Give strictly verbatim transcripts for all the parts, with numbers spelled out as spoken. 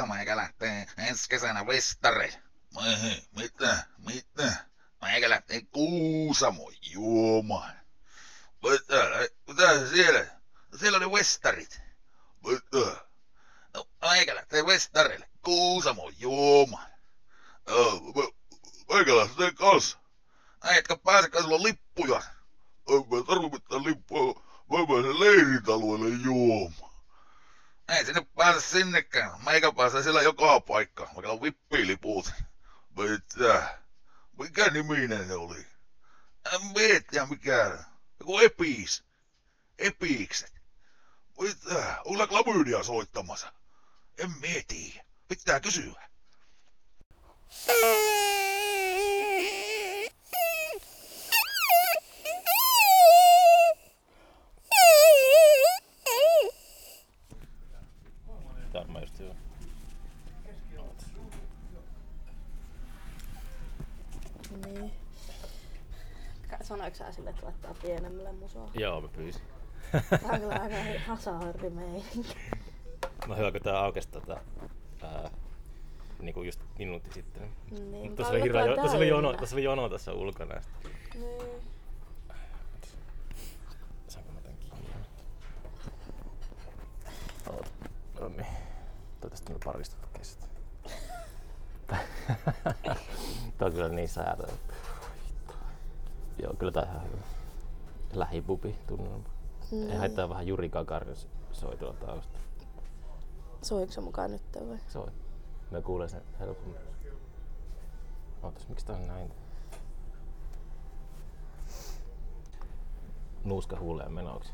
meikä lähtee ensi kesänä Vestareille. Mitä? Mitä? Meikä lähtee Kuusamoon juomaan. Mitä? Mitä siellä? Siellä oli Vestarit. Mitä? No, meikä lähtee Vestareille Kuusamoon juomaan. Meikä lähtee kanssa. Äitkö pääsekään, sulla on lippuja. Ei me tarvitse mitään lippua. Mä pääsen leiritalueelle juomaan. Ei sinne pääse sinnekään. Meikä pääsee siellä joka paikkaan. Vaikka on vippiliput. Mitä? Mikä niminen se oli? En mietiä mikään. Joku Epis. Epikset. Mitä? Onko klamydia soittamassa? En mietiä. Pitää kysyä. Varmaan just hyvä. Niin. Sanoiko sä sille, että laittaa pienemmälle musoa? Joo, mä pyysin. Tää on kyllä aika hasahardimeininki. No hyvä, kun tää aukesi tota, ää, niinku just minuutti sitten. Niin, Tuossa oli, hirveä, tuossa oli jono, tuossa oli jono tässä ulkona. Niin. Saanko mä tän kiinni? Oota. No niin. Toivottavasti ne paristut kestä. Tää on kyllä niin säätö. Joo, kyllä tää ihan hyvä. Lähipubi tunnelma. Mm. Ei haittaa vähän Juri Gagarin soi tuolla taustalla. Soiko se mukaan nyt vai? Soi. Mä kuulen sen helpommin. Ootas, miksi tää on näin? Nuuska huuleen menoksi.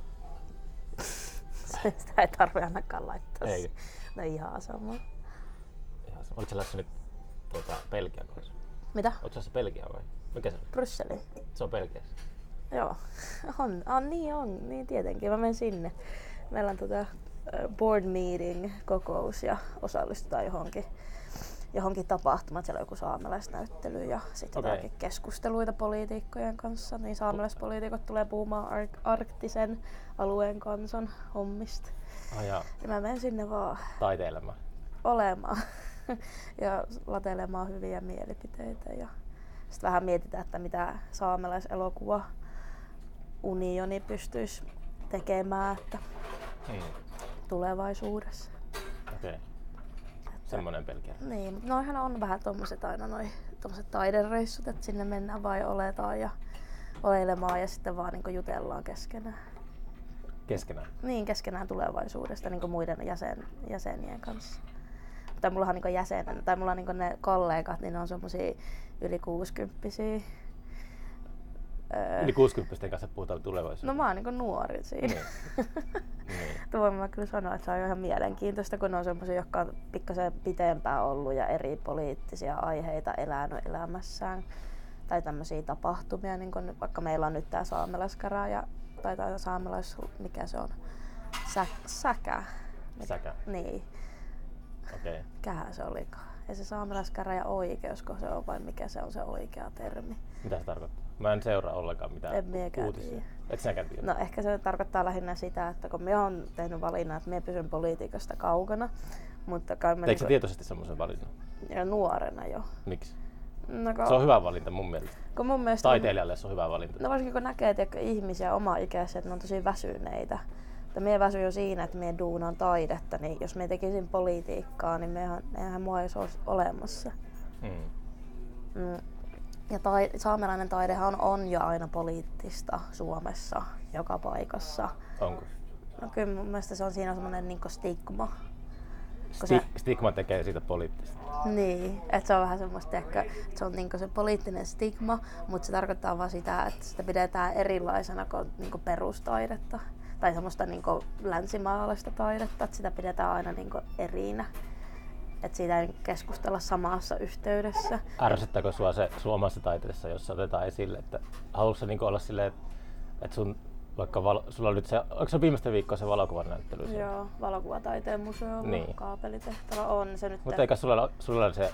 Sitä ei tarvi ainakaan laittaa. Eikö? No ihan sama. Ihan sama. Oletko sä lähtenyt nyt tuota, Belgian kanssa? Mitä? Oletko sä Belgiaan vai? Mikä se on? Brysseli. Se on Belgiassa. Joo. On, on, niin on. Niin tietenkin. Mä menen sinne. Meillä on tota board meeting kokous ja osallistutaan johonkin, johonkin tapahtumaan. Siellä on joku saamelaisnäyttely ja sitten Okei. jotakin keskusteluita poliitikkojen kanssa. Niin saamelaispoliitikot tulee puhumaan ark- arktisen alueen kansan hommista. Ah, jaa. Ja mä menen sinne vaan Taiteilemaan. olemaan ja latelemaan hyviä mielipiteitä. Ja sitten vähän mietitään, että mitä saamelaiselokuva unioni pystyisi tekemään että Hmm. tulevaisuudessa. Okei. Okay. Semmonen Belgia. Niin, mutta noihän on vähän tommoset aina noi tommoset taidereissut, että sinne mennään vai oletaan ja oleilemaan ja sitten vaan niinku jutellaan keskenään. Keskenään. Niin, keskenään tulevaisuudesta niinku muiden jäsen, jäsenien kanssa. Tai mullahan niinku jäsenen, tai mulla on niinku ne kollegat, niin ne on semmosia yli kuusikymppisiä. Öö, Yli kuusikymppisten kanssa puhutaan tulevaisuudesta. no mä oon niinku nuori siinä. Niin. Niin. Tuo voin mä kyllä sanoa, että se on ihan mielenkiintoista, kun ne on semmosia, jotka on pikkasen pitempään ollut ja eri poliittisia aiheita elänyt elämässään. Tai tämmöisiä tapahtumia, niin kun vaikka meillä on nyt tää saamelaiskäräjä, tai tää saamelais, mikä se on? Sä, säkä. Säkä. Niin. Okei. Okay. Mikähän se olikaan? Ja se saamelaiskäräjä oikeus, kun se on vai mikä se on se oikea termi? Mitä se tarkoittaa? Mä en seuraa ollenkaan mitään En miekään uutisia. tiedä. Et sinäkään tiedä? No ehkä se tarkoittaa lähinnä sitä, että kun minä olen tehnyt valinnan, että minä pysyn politiikasta kaukana, mutta kai mä Teikö sä niinku, tietoisesti semmoisen valinnan? ja nuorena jo. Miksi? No, kun, Se on hyvä valinta mun mielestä. kun mun mielestä, Taiteilijalle se on hyvä valinta. no varsinkin kun näkee tiedätkö, ihmisiä oma-ikäisiä, että ne on tosi väsyneitä. Että minä väsyn jo siinä, että minä duunaan taidetta, niin jos minä tekisin politiikkaa, niin miehän, eihän mua ei olisi olemassa. Mm. Mm. Ja tai, saamelainen taidehan on, on jo aina poliittista Suomessa, joka paikassa. Onko? No kyllä mun mielestä se on siinä semmoinen niinku stigma. Kun Sti- se, stigma tekee siitä poliittista. niin, että se on vähän semmoista, että se on niinku se poliittinen stigma, mutta se tarkoittaa vaan sitä, että sitä pidetään erilaisena kuin niinku perustaidetta. Tai semmoista niinku länsimaalaista taidetta, että sitä pidetään aina niinku erinä. Että siitä ei keskustella samassa yhteydessä. Ärsyttääkö sua se suomalaisessa taiteessa, jos otetaan esille, että haluatko sä niinku olla silleen, että sun vaikka valo, sulla on nyt se, onko se viimeistä viikkoa se valokuvan näyttely? Joo, valokuvataiteen museolla, Niin. Kaapelitehtävä on se nyt. Mutta eikä sulla, sulla se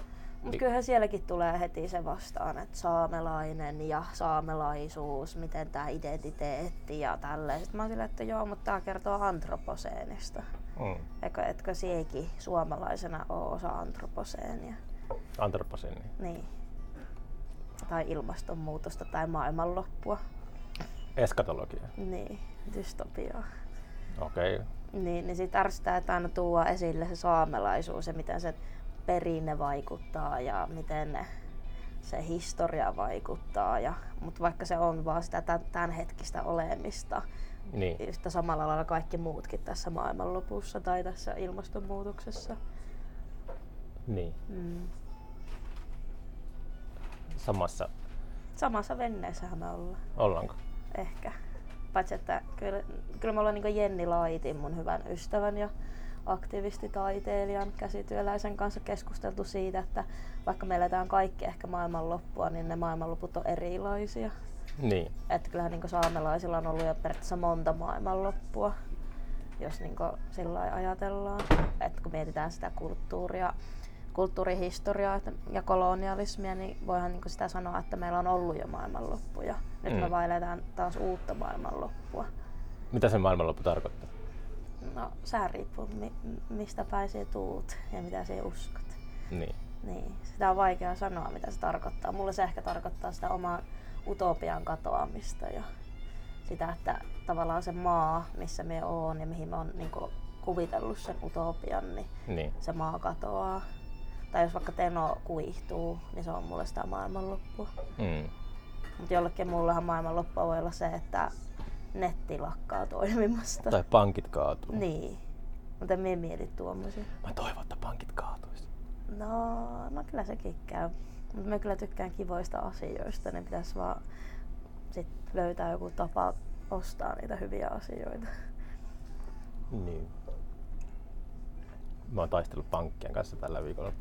Mutta kyllähän sielläkin tulee heti se vastaan, että saamelainen ja saamelaisuus, miten tämä identiteetti ja tälleen. Sitten mä oon silleen, että joo, mutta tää kertoo antroposeenista. Mm. Eikö, etkö siekin suomalaisena ole osa antroposeenia? Antroposeenia? Niin. Tai ilmastonmuutosta tai maailmanloppua. Eskatologia? Niin, dystopiaa. Okei. Okay. Niin, niin sit ärsyttää, että aina tuo esille se saamelaisuus ja miten se perinne vaikuttaa ja miten se historia vaikuttaa. Ja, mutta vaikka se on vaan sitä tämänhetkistä olemista, niin yhtä samalla lailla kaikki muutkin tässä maailmanlopussa tai tässä ilmastonmuutoksessa. Niin. Mm. Samassa? Samassa venneessähän me ollaan. Ollaanko? Ehkä. Paitsi että kyllä, kyllä me ollaan niin kuin Jenni Laitin, mun hyvän ystävän ja aktivistitaiteilijan käsityöläisen kanssa keskusteltu siitä, että vaikka me eletään kaikki ehkä maailmanloppua, niin ne maailmanloput on erilaisia. Niin. Että kyllähän niin saamelaisilla on ollut jo periaatteessa monta maailmanloppua, jos niin sillä lailla ajatellaan. Että kun mietitään sitä kulttuuria, kulttuurihistoriaa ja kolonialismia, niin voihan niin sitä sanoa, että meillä on ollut jo maailmanloppuja. Nyt mm. me vaan eletään taas uutta maailmanloppua. Mitä se maailmanloppu tarkoittaa? No, sä riippuu mi- mistä päin sä tuut ja mitä sä uskot. Niin. Niin. Sitä on vaikea sanoa, mitä se tarkoittaa. Mulle se ehkä tarkoittaa sitä omaa utopian katoamista ja sitä, että tavallaan se maa, missä me oon ja mihin mä oon niin kuvitellut sen utopian, niin, niin se maa katoaa. Tai jos vaikka Teno kuihtuu, niin se on mulle sitä maailmanloppua. Mm. Mutta jollekin mullehan maailmanloppua voi olla se, että netti lakkaa toimimasta. Tai pankit kaatuu. Niin. Mutta en mieti tuommoisia. Mä toivon, että pankit kaatuisi. No, no kyllä sekin käy. Mutta mä kyllä tykkään kivoista asioista, niin pitäisi vaan sit löytää joku tapa ostaa niitä hyviä asioita. Niin. Mä oon taistellut pankkien kanssa tällä viikolla.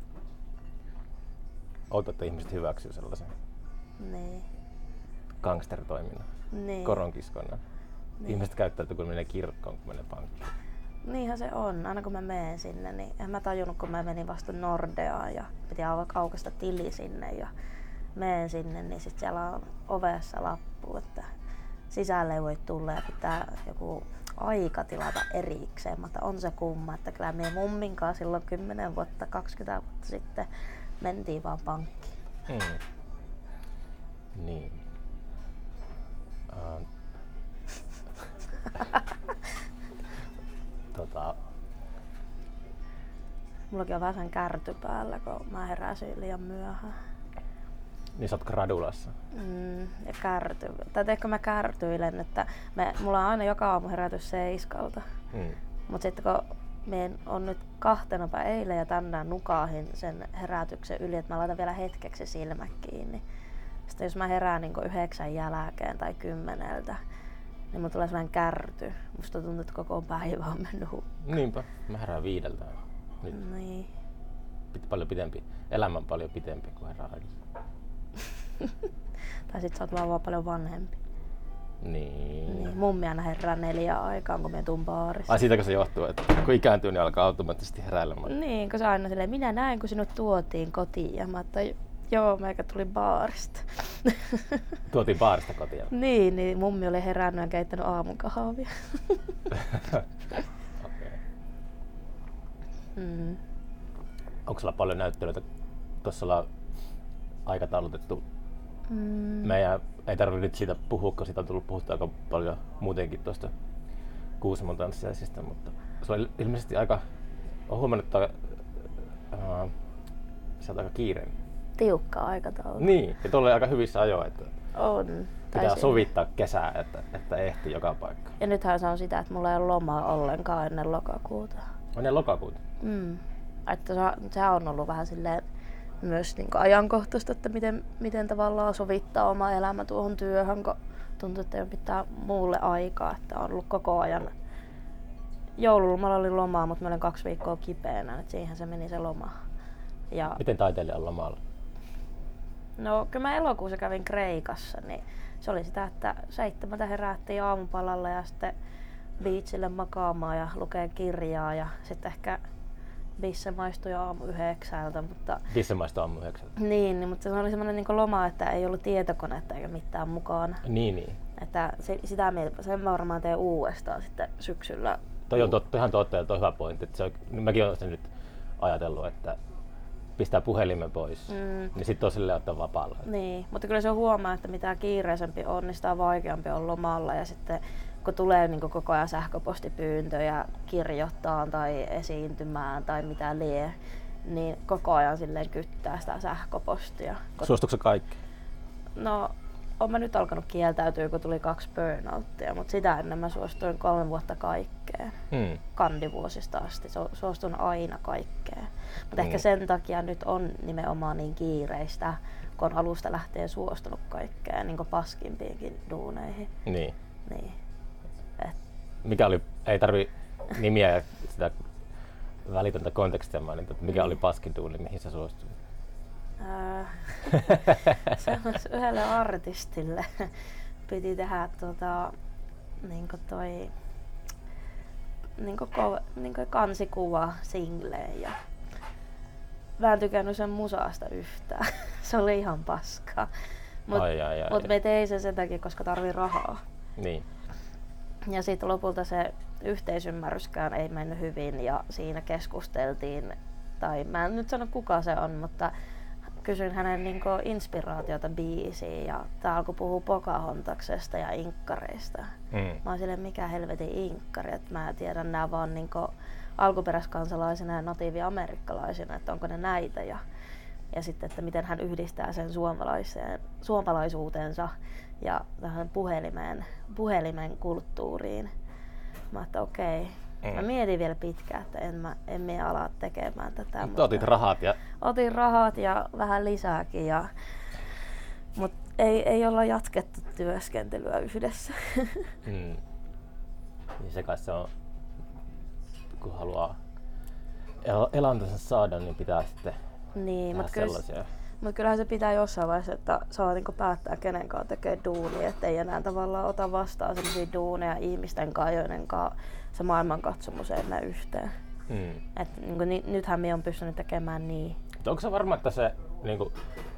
Outo, että ihmiset hyväksyy sellaisen niin gangsteritoiminnan, niin koronkiskonnan. Niin. Ihmiset käyttäytyy, kun menee kirkkoon, kun menee pankkiin. Niinhän se on. Aina kun mä menen sinne, niin en mä tajunnut, kun mä menin vasta Nordeaan ja piti aukaista tili sinne ja menen sinne, niin sit siellä on ovessa lappu, että sisälle ei voi tulla ja pitää joku aika tilata erikseen. Mutta on se kumma, että kyllä me mumminkaan silloin kymmenen vuotta, kaksikymmentä vuotta sitten mentiin vaan pankkiin. Hmm. Niin. Uh. tota. Mullakin on vähän sen kärty päällä, kun mä heräsin liian myöhään. Niin sä oot gradulassa? Mm, ja kärty. Tai ehkä mä kärtyilen, että me, mulla on aina joka aamu herätys seiskalta. Mm. Mut sitten kun me on nyt kahtena eilen ja tänään nukahin sen herätyksen yli, että mä laitan vielä hetkeksi silmät kiinni. Sitten jos mä herään niin yhdeksän jälkeen tai kymmeneltä, niin mulla tulee sellainen kärty. Musta tuntuu, että koko päivä on mennyt hukkaan. Niinpä. Mä herään viideltä nyt. Niin. Pit, paljon pitempi. Elämä on paljon pitempi kuin herää aikaisemmin. Tai sit sä oot vaan, vaan paljon vanhempi. Niin. niin. Mummi aina herää neljä aikaan, kun me tuun baarissa. Ai siitäkö se johtuu, että kun ikääntyy, niin alkaa automaattisesti heräilemään? Niin, kun se aina silleen, minä näin, kun sinut tuotiin kotiin. Ja mä ajattelin, joo, meikä tuli baarista. Tuotiin baarista kotiin? niin, niin mummi oli herännyt ja keittänyt aamukahvia. Okei. Okay. Mm. Onko sulla paljon näyttelyitä? Tuossa ollaan aikataulutettu. Mm. Meidän ei tarvitse nyt siitä puhua, kun siitä on tullut puhuttua aika paljon muutenkin tuosta Kuusamon tanssiaisista, mutta se oli ilmeisesti aika, olen huomannut, että uh, se on aika kiireinen. Tiukka aikataulu. Niin, ja tuolla oli aika hyvissä ajoin, että on. pitää sovittaa kesää, että, että ehtii joka paikka. Ja nythän se on sitä, että mulla ei ole lomaa ollenkaan ennen lokakuuta. Ennen lokakuuta? Mm. Että se on ollut vähän silleen myös niin ajankohtaista, että miten, miten tavallaan sovittaa oma elämä tuohon työhön, kun tuntuu, että ei pitää muulle aikaa, että on ollut koko ajan. Joululomalla oli lomaa, mutta mä olin kaksi viikkoa kipeänä, että siihen se meni se loma. Ja miten taiteilija on lomalla? No kyllä mä elokuussa kävin Kreikassa, niin se oli sitä, että seitsemältä herättiin aamupalalla ja sitten beachille makaamaan ja lukee kirjaa ja sitten ehkä bisse maistui aamu yhdeksältä, mutta... Bisse maistui aamu yhdeksältä. Niin, niin, mutta se oli semmoinen niin loma, että ei ollut tietokonetta eikä mitään mukana. Niin, niin. Että se, sitä sen mä varmaan teen uudestaan sitten syksyllä. Toi on totta, ihan totta ja toi on hyvä pointti. Että se on, mäkin olen sen nyt ajatellut, että pistää puhelimen pois, mm. niin sitten on silleen ottaa vapaalla. Niin, mutta kyllä se on huomaa, että mitä kiireisempi on, niin sitä vaikeampi on lomalla. Ja sitten kun tulee niin koko ajan sähköpostipyyntöjä kirjoittaa tai esiintymään tai mitä lie, niin koko ajan silleen kyttää sitä sähköpostia. Suostuuko kaikki? No, olen mä nyt alkanut kieltäytyä, kun tuli kaksi burnouttia, mutta sitä ennen mä suostuin kolme vuotta kaikkeen. Hmm. Kandivuosista asti suostun aina kaikkeen. Mutta hmm. ehkä sen takia nyt on nimenomaan niin kiireistä, kun on alusta lähtien suostunut kaikkeen, niin kuin paskimpiinkin duuneihin. Niin. Niin. Et. Mikä oli, ei tarvi nimiä ja sitä välitöntä kontekstia mainita, mikä mm. oli paskin duuni, mihin sä suostuit? Semmois yhdelle artistille piti tehdä tota, niinku toi niinku, ko, niinku kansikuva singleen ja mä en tykännyt sen musaasta yhtään. Se oli ihan paskaa. Mut, ai, ai, ai, mut me tein sen sen takia, koska tarvii rahaa. Niin. Ja sitten lopulta se yhteisymmärryskään ei mennyt hyvin ja siinä keskusteltiin, tai mä en nyt sano kuka se on, mutta kysyin hänen niinku inspiraatiota biisiin ja tää alkoi puhua Pocahontaksesta ja inkkareista. Mm. Mä oon silleen, mikä helvetin inkkari, että mä tiedän nää vaan niinku alkuperäiskansalaisina ja natiivi-amerikkalaisina, että onko ne näitä ja, ja sitten, että miten hän yhdistää sen suomalaiseen, suomalaisuutensa ja tähän puhelimeen, puhelimen kulttuuriin. Mä että okei. Okay. Mm. Mä mietin vielä pitkään, että en mä, en mä ala tekemään tätä. Mutta, mutta otit rahat ja... Otin rahat ja vähän lisääkin. Ja... Mutta ei, ei olla jatkettu työskentelyä yhdessä. Mm. Niin se kai se on, kun haluaa el- elantonsa saada, niin pitää sitten niin, tehdä sellaisia. Kyllä, mutta kyllähän se pitää jossain vaiheessa, että saa niinku päättää kenen kanssa tekee duunia, ettei enää tavallaan ota vastaan sellaisia duuneja ihmisten kanssa, joiden kanssa se maailmankatsomus ei mene yhteen. Mm. Et, niinku, ni, nythän minä olen pystynyt tekemään niin. Mutta onko se varma, että se, niinku,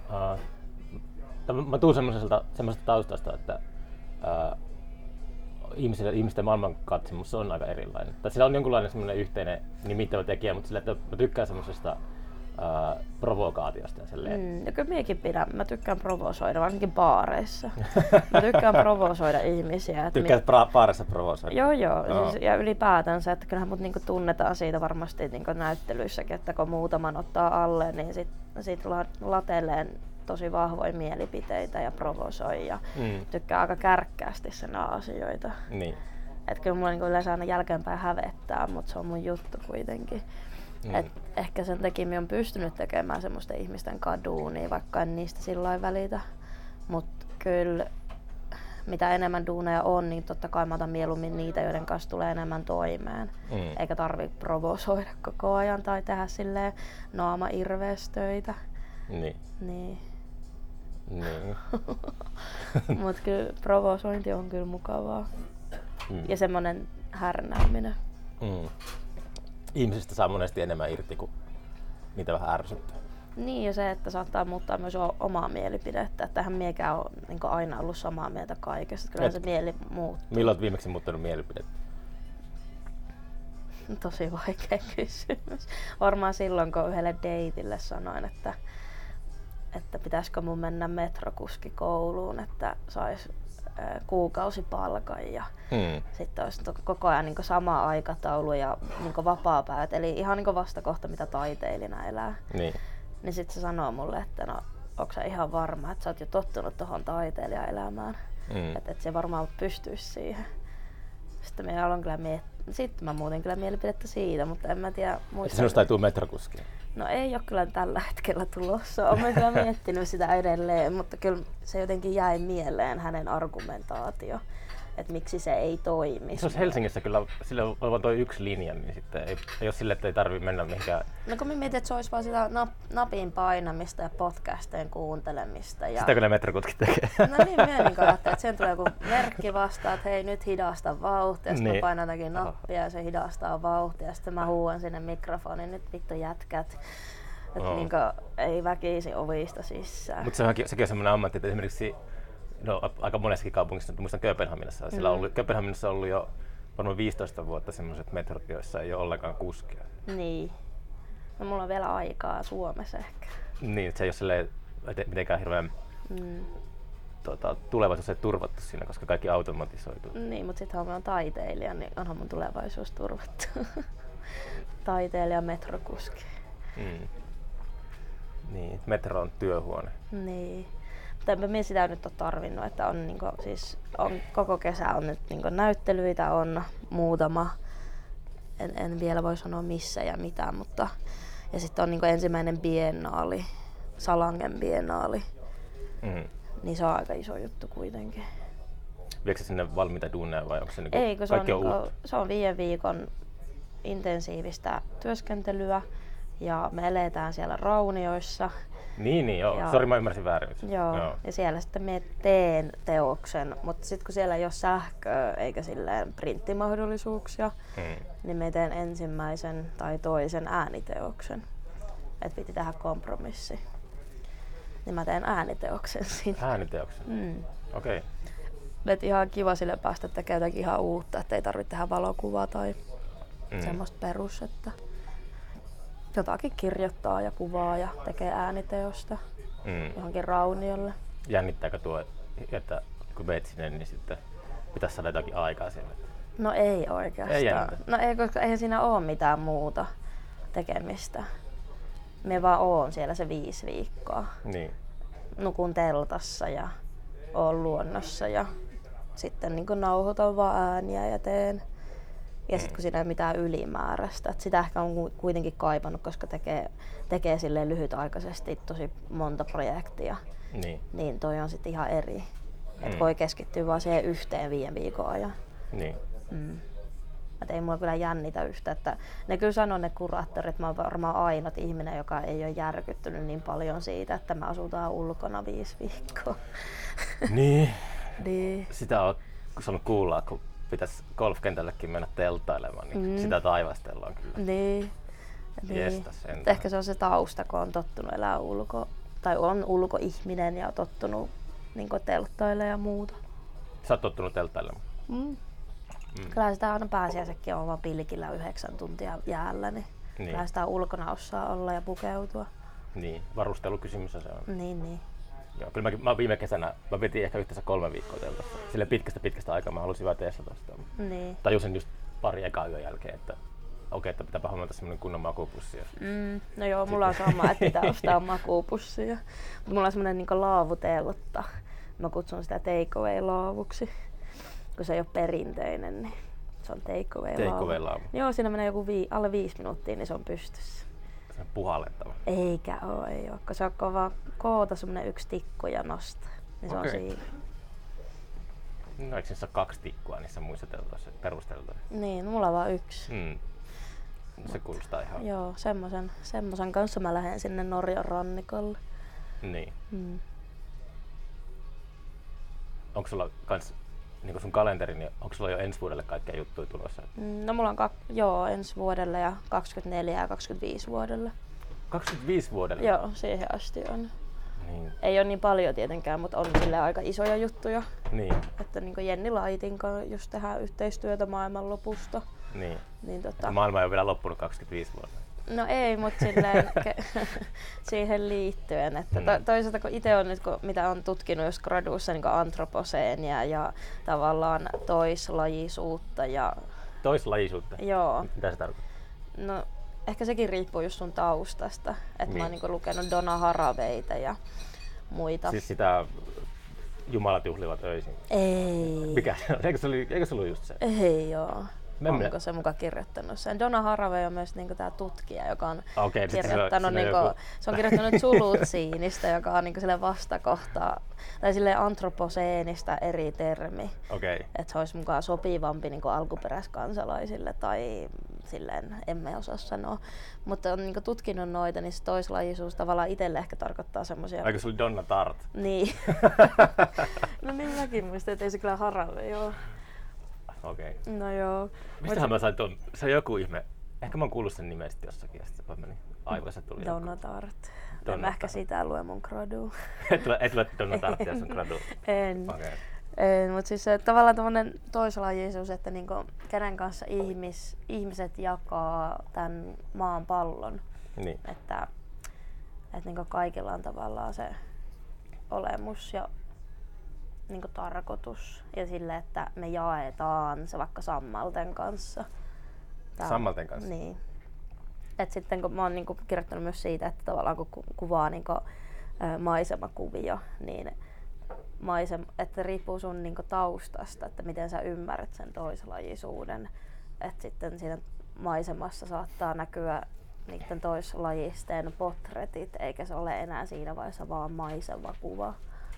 uh, mä tuun semmoisesta taustasta, että uh, ihmisille, ihmisten maailmankatsomus on aika erilainen. Tai sillä on jonkunlainen semmoinen yhteinen nimittävä tekijä, mutta sillä, että mä tykkään semmoisesta Uh, provokaatiosta ja silleen. Mm, ja kyllä minäkin pidän. Mä tykkään provosoida, varsinkin baareissa. Mä tykkään provosoida ihmisiä. Tykkäät mi- baareissa provosoida? Joo, joo. Oh. Siis, ja ylipäätänsä, että kyllähän mut niinku tunnetaan siitä varmasti niinku näyttelyissäkin, että kun muutaman ottaa alle, niin sit, sit la- lateleen tosi vahvoja mielipiteitä ja provosoi ja mm. tykkää aika kärkkäästi sen asioita. Niin. Et kyllä mulla niinku yleensä aina jälkeenpäin hävettää, mutta se on mun juttu kuitenkin. Mm. Et ehkä sen takia minä olen pystynyt tekemään semmoisten ihmisten kanssa duunia, vaikka en niistä sillä välitä. Mutta kyllä mitä enemmän duuneja on, niin totta kai mä otan mieluummin niitä, joiden kanssa tulee enemmän toimeen. Mm. Eikä tarvitse provosoida koko ajan tai tehdä silleen naama irveestöitä. Niin. Niin. niin. Mutta kyllä provosointi on kyllä mukavaa. Mm. Ja semmoinen härnääminen. Mm. Ihmisistä saa monesti enemmän irti kuin niitä vähän ärsyttää. Niin, ja se, että saattaa muuttaa myös omaa mielipidettä. Tähän miekään on niin aina ollut samaa mieltä kaikesta. Kyllä se mieli muuttuu. Milloin olet viimeksi muuttanut mielipidettä? Tosi vaikea kysymys. Varmaan silloin, kun yhdelle deitille sanoin, että, että pitäisikö mun mennä metrokuskikouluun, että sais kuukausipalkan ja hmm. sitten olisi koko ajan niin sama aikataulu ja niin vapaapäivät, eli ihan niin vastakohta mitä taiteilijana elää. Niin, niin sitten se sanoo mulle, että no onko sä ihan varma, että sä oot jo tottunut tuohon taiteilijaelämään, hmm. että et se varmaan pystyisi siihen. Sitten mä aloin kyllä miettiä, sitten mä muuten kyllä mielipidettä siitä, mutta en mä tiedä muista. Että sinusta ei tule metrokuskia? No ei ole kyllä tällä hetkellä tulossa. Olen kyllä miettinyt sitä edelleen, mutta kyllä se jotenkin jäi mieleen hänen argumentaatio. että miksi se ei toimi. Se olisi Helsingissä kyllä, sillä on vain toi yksi linja, niin sitten ei, ei ole sille, että ei tarvitse mennä mihinkään. No kun mä mietin, että se olisi vaan sitä nap, napin painamista ja podcastien kuuntelemista. Ja... Sitäkö ne metrokutkit tekee? No niin, mä niin ajattelin, että siihen tulee joku merkki vastaan, että hei nyt hidasta vauhtia. Sitten niin. Mä painan jotakin nappia ja se hidastaa vauhtia. Ja sitten mä huuan sinne mikrofoniin, nyt vittu jätkät. Että oh. niinku, ei väkisin ovista sisään. Mutta se sekin on semmoinen ammatti, että esimerkiksi no, aika monessakin kaupungissa, muistan Kööpenhaminassa, siellä on ollut, Kööpenhaminassa on ollut jo varmaan viisitoista vuotta semmoiset metrot, joissa ei ole ollenkaan kuskia. Niin. No mulla on vielä aikaa Suomessa ehkä. Niin, että se ei ole silleen, mitenkään hirveän mm. tota, tulevaisuus ei turvattu siinä, koska kaikki automatisoituu. Niin, mutta sitten mä oon taiteilija, niin onhan mun tulevaisuus turvattu. Taiteilija, metrokuski. Mm. Niin, metro on työhuone. Niin. Mutta mä sitä nyt ole tarvinnut, että on, niinku, siis on, koko kesä on nyt niinku, näyttelyitä, on muutama, en, en vielä voi sanoa missä ja mitä, mutta ja sitten on niinku, ensimmäinen biennaali, Salangen biennaali, mm. niin se on aika iso juttu kuitenkin. Viekö se sinne valmiita duuneja vai onko se niinku, Ei, kun se on, on niinku, se on viiden viikon intensiivistä työskentelyä ja me eletään siellä Raunioissa. Niin, niin joo. Sori, mä ymmärsin väärin. Joo. joo, ja siellä sitten me teen teoksen, mutta sitten kun siellä ei ole sähköä eikä silleen printtimahdollisuuksia, hmm. niin me teen ensimmäisen tai toisen ääniteoksen. Et piti tehdä kompromissi. Niin mä teen ääniteoksen sinne. Ääniteoksen? Mm. Okei. Okay. Et ihan kiva sille päästä tekemään jotakin ihan uutta, ettei tarvitse tehdä valokuvaa tai mm. semmoista perus, että jotakin kirjoittaa ja kuvaa ja tekee ääniteosta mm. johonkin Rauniolle. Jännittääkö tuo, että kun meet sinne, niin sitten pitäisi saada jotakin aikaa siellä? No ei oikeastaan. Ei jännitä. No ei, koska eihän siinä ole mitään muuta tekemistä. Me vaan oon siellä se viisi viikkoa. Niin. Nukun teltassa ja oon luonnossa ja sitten niin nauhoitan vaan ääniä ja teen. Ja sitten kun siinä ei ole mitään ylimääräistä, että sitä ehkä on kuitenkin kaipannut, koska tekee, tekee silleen lyhytaikaisesti tosi monta projektia, niin, niin toi on sitten ihan eri. Mm. Että voi keskittyä vaan siihen yhteen viiden viikon ajan. Niin. Mm. Et ei mulla kyllä jännitä yhtä, että ne kyllä sanoo ne kuraattorit, että mä oon varmaan ainut ihminen, joka ei ole järkyttynyt niin paljon siitä, että me asutaan ulkona viisi viikkoa. Niin. niin. Sitä on saanut kuulla, kun pitäisi golfkentällekin mennä telttailemaan, niin mm. sitä taivastellaan kyllä. Niin. niin. Ehkä se on se tausta, kun on tottunut elää ulko, tai on ulkoihminen ja tottunut niin telttailemaan ja muuta. Sä oot tottunut telttailemaan? Mm. Mm. Kyllä sitä aina pääsiäisekin on vaan pilkillä yhdeksän tuntia jäällä, niin, niin. Kyllä sitä ulkona osaa olla ja pukeutua. Niin, varustelukysymys se on. Niin, niin. Joo, kyllä mä, mä viime kesänä, mä vietin ehkä yhteensä kolme viikkoa teltassa. Sille pitkästä pitkästä aikaa mä halusin vaan testata sitä. Niin. Tajusin just pari ekaa yön jälkeen, että okei, okay, että pitääpä hommata semmonen kunnon makuupussi. Mm, no joo, mulla on sama, että pitää ostaa makuupussia. Mutta mulla on semmonen niinku laavuteltta. Mä kutsun sitä takeaway-laavuksi. Kun se ei ole perinteinen, niin se on takeaway-laavu. Takeaway-laavu. Joo, siinä menee joku vii, alle viisi minuuttia, niin se on pystyssä. Se on puhallettava. Eikä oo, ei oo. Kun se on vaan koota semmonen yksi tikku ja nostaa. Niin se okay. on siinä. No eikö niissä ole kaksi tikkua niissä muissa teltoissa, perusteltoissa? Niin, mulla on vaan yksi. Mm. Se kuulostaa ihan... Joo, semmosen, semmosen kanssa mä lähden sinne Norjan rannikolle. Niin. Mm. Onko sulla kans, niin sun kalenteri, niin onko sulla jo ensi vuodelle kaikkia juttuja tulossa? No mulla on kak, joo, ensi vuodelle ja kaksikymmentäneljä ja kaksikymmentäviisi vuodelle. kaksikymmentäviisi vuodelle? Joo, siihen asti on. Niin. Ei ole niin paljon tietenkään, mutta on sille aika isoja juttuja. Niin. Että niin kuin Jenni Laitin kanssa just tehdään yhteistyötä maailmanlopusta. Niin. niin tota... Maailma ei ole vielä loppunut kaksikymmentäviisi vuotta. No ei, mutta silleen siihen liittyen. Että to, toisaalta kun itse on nyt, kun, mitä on tutkinut just graduussa, niin antroposeenia ja tavallaan toislajisuutta. Ja... Toislajisuutta? Joo. Mitä se tarkoittaa? No ehkä sekin riippuu just sun taustasta. Että niin. Mä oon niin lukenut Donna Haraveita ja muita. Siis sitä jumalat juhlivat öisin? Ei. Mikä se on? Eikö se ollut, eikö se ollut just se? Ei joo. Memle. Onko se mukaan kirjoittanut sen? Donna Haraway on myös niinku tää tutkija, joka on okay, kirjoittanut, se, niinku, joku... se on kirjoittanut sulutsiinista, joka on niinku sille vastakohta, tai sille antroposeenista eri termi. Okay. Että se olisi mukaan sopivampi niinku alkuperäiskansalaisille tai silleen, emme osaa sanoa. Mutta on niinku tutkinut noita, niin se toislajisuus tavallaan itselle ehkä tarkoittaa semmoisia... Aiko se oli Donna Tartt? Niin. No niin mäkin muistin, että ei se kyllä Haraway oo. Okei. Okay. No joo. Mistähän mä sain ton? Se on joku ihme. Ehkä mä oon kuullut sen nimeä sitten jossakin ja sitten meni aivoissa tuli Donna joku. Tartt. Donna En mä ehkä Tartt. sitä lue mun graduun. et lue, et lue Donna Tarttia sun graduun? En. Okei. Okay. En, mutta siis se, tavallaan tämmönen toislajisuus, että niinku, kenen kanssa ihmis, ihmiset jakaa tämän maan pallon. Niin. Että, että niinku kaikilla on tavallaan se olemus ja niinku tarkoitus. Ja sille, että me jaetaan se vaikka sammalten kanssa. Tää, Sammalten kanssa? Niin. Et sitten kun mä oon niinku kirjoittanut myös siitä, että tavallaan kun ku- kuvaa niinku, ö, maisemakuvia, niin maisem, että riippuu sun niinku taustasta, että miten sä ymmärrät sen toislajisuuden. Et sitten siinä maisemassa saattaa näkyä niiden toislajisten portretit, eikä se ole enää siinä vaiheessa vaan maisemakuva.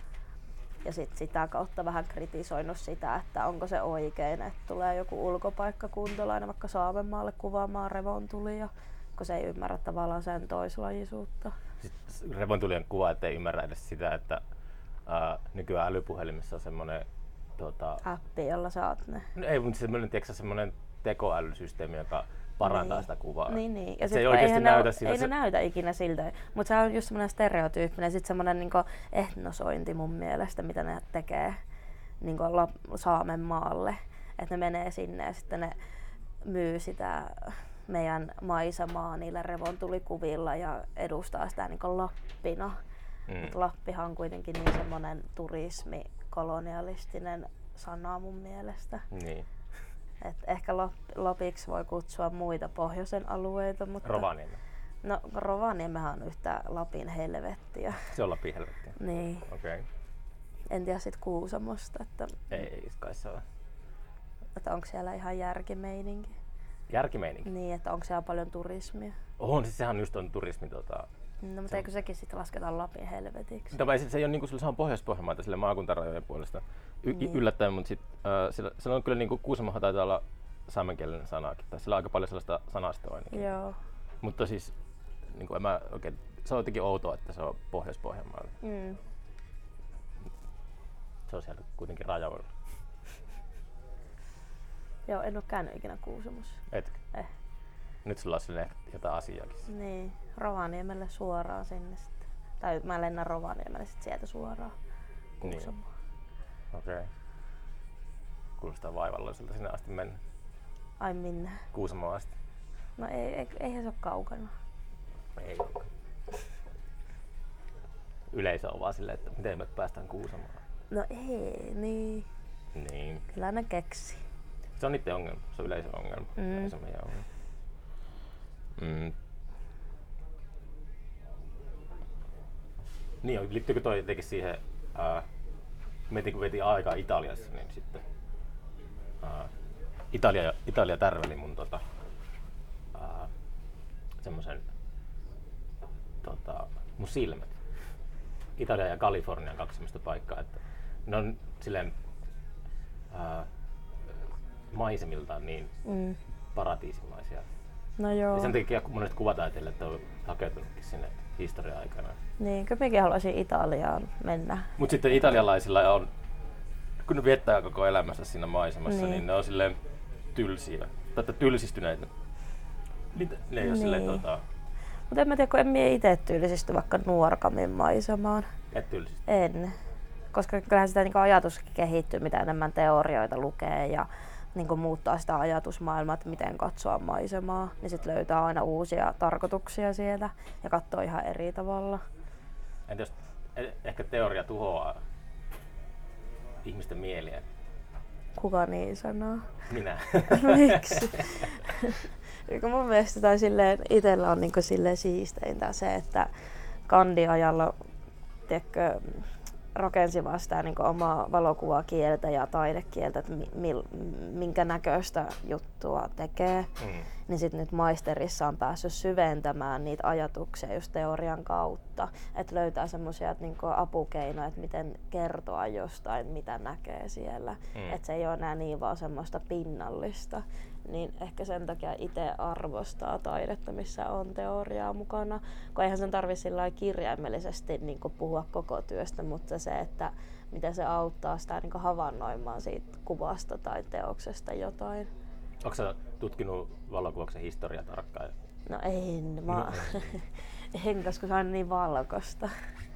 Ja sit sitä kautta vähän kritisoinut sitä, että onko se oikein, että tulee joku ulkopaikkakuntalainen vaikka Saamenmaalle kuvaamaan revontulia, kun se ei ymmärrä tavallaan sen toislajisuutta. Sitten revontulien kuva, ettei ymmärrä edes sitä, että ää, nykyään älypuhelimissa on semmoinen tota, Appi, jolla saat ne. no ei, mutta semmoinen, tiedätkö, semmoinen tekoälysysteemi, joka parantaa niin. sitä kuvaa. Niin, niin. Ja se ei oikeasti ne, näytä siltä. Ei se... ne näytä ikinä siltä, mutta se on just semmoinen stereotyyppinen, sit semmoinen niinku etnosointi mun mielestä, mitä ne tekee niinku Saamenmaalle. Että ne menee sinne ja sitten ne myy sitä meidän maisemaa niillä revontulikuvilla ja edustaa sitä niinku Lappina. Mm. Mut Lappihan on kuitenkin niin semmoinen turismi-kolonialistinen sana mun mielestä. Niin. Et ehkä Lop- Lopiksi voi kutsua muita pohjoisen alueita, mutta... Rovaniemi. No Rovaniemehän on yhtä Lapin helvettiä. Se on Lapin helvettiä. Niin. Okei. Okay. En tiedä sit Kuusamosta, että, Ei kai se ole. että onko siellä ihan järkimeininki. Järkimeininki? Niin, että onko siellä paljon turismia. On, siis sehän just on turismi. Tota, No mutta se... eikö sekin sitten lasketaan Lapin helvetiksi? Tämä, se ei ole niinku, se on Pohjois-Pohjanmaata sille maakuntarajojen puolesta y- niin. yllättäen, mutta sit, äh, sillä, sillä on kyllä niinku, Kuusamohan taitaa olla saamenkielinen sanakin, tai sillä on aika paljon sellaista sanastoa ainakin. Joo. Mutta siis niinku, en mä, okay, se on jotenkin outoa, että se on Pohjois-Pohjanmaalla. Mm. Se on siellä kuitenkin rajoilla. Joo, en oo käynyt ikinä Kuusamossa. Etkö? Eh. Nyt sulla on silleen jotain asiaakin. Niin, Rovaniemelle suoraan sinne sitten. Tai mä lennän Rovaniemelle sitten sieltä suoraan Kuusamoon. Niin. Okei. Okay. Kuulostaa vaivalloiselta sinne asti mennä. Ai minne? Kuusamoon asti. No ei, ei, eihän se ole kaukana. Ei. Yleisö on vaan silleen, että miten me päästään Kuusamoon. No ei, niin. Niin. Kyllä ne keksi. Se on niiden ongelma, se on yleisön ongelma. Mm. Ei se meidän ongelma. Mm. Niin, liittyykö toi jotenkin siihen, ää, mietin kun vetin aikaa Italiassa, niin sitten ää, Italia, Italia tärveli mun tota, ää, semmosen tota, mun silmät. Italia ja Kalifornia on kaksi semmoista paikkaa, että ne on silleen ää, maisemiltaan niin Mm. paratiisimaisia. No joo. Ja sen takia monet kuvataiteilijat on hakeutunutkin sinne historian aikana. Niin, kyllä minäkin haluaisin Italiaan mennä. Mut sitten italialaisilla on, kun ne viettää koko elämänsä siinä maisemassa, niin, Niin. niin ne on silleen tylsiä, tai tylsistyneitä. Niitä- Ne ei oo Niin. silleen tota, Mutta en mä tiedä, kun en mie itse tyylisisty vaikka Nuorgamin maisemaan. et tylsistä. En. Koska kyllähän sitä niinku ajatuskin kehittyy, mitä enemmän teorioita lukee ja niinku muuttaa sitä ajatusmaailmaa, että miten katsoa maisemaa. Niin sit löytää aina uusia tarkoituksia sieltä ja katsoo ihan eri tavalla. Entä jos eh- ehkä teoria tuhoaa ihmisten mieliä? Kuka niin sanoo? Minä. Miksi? Kun mun mielestä tai silleen, itellä on niinku silleen siisteintä se, että kandiajalla tiedätkö, rakensi vaan sitä niin kuin omaa valokuvakieltä ja taidekieltä, että mi, minkä näköistä juttua tekee. Mm. Niin sitten nyt maisterissa on päässyt syventämään niitä ajatuksia just teorian kautta, että löytää semmoisia niin kuin apukeinoja, että miten kertoa jostain, mitä näkee siellä. Mm. Että se ei ole enää niin vaan semmoista pinnallista. Niin ehkä sen takia itse arvostaa taidetta, missä on teoriaa mukana. Kun eihän sen tarvitse sillä kirjaimellisesti niin kuin puhua koko työstä, mutta se, että miten se auttaa sitä niin kuin havainnoimaan siitä kuvasta tai teoksesta jotain. Onko sä tutkinut valokuvauksen historiaa tarkkaan? No en, mä en, koska se on niin valkoista.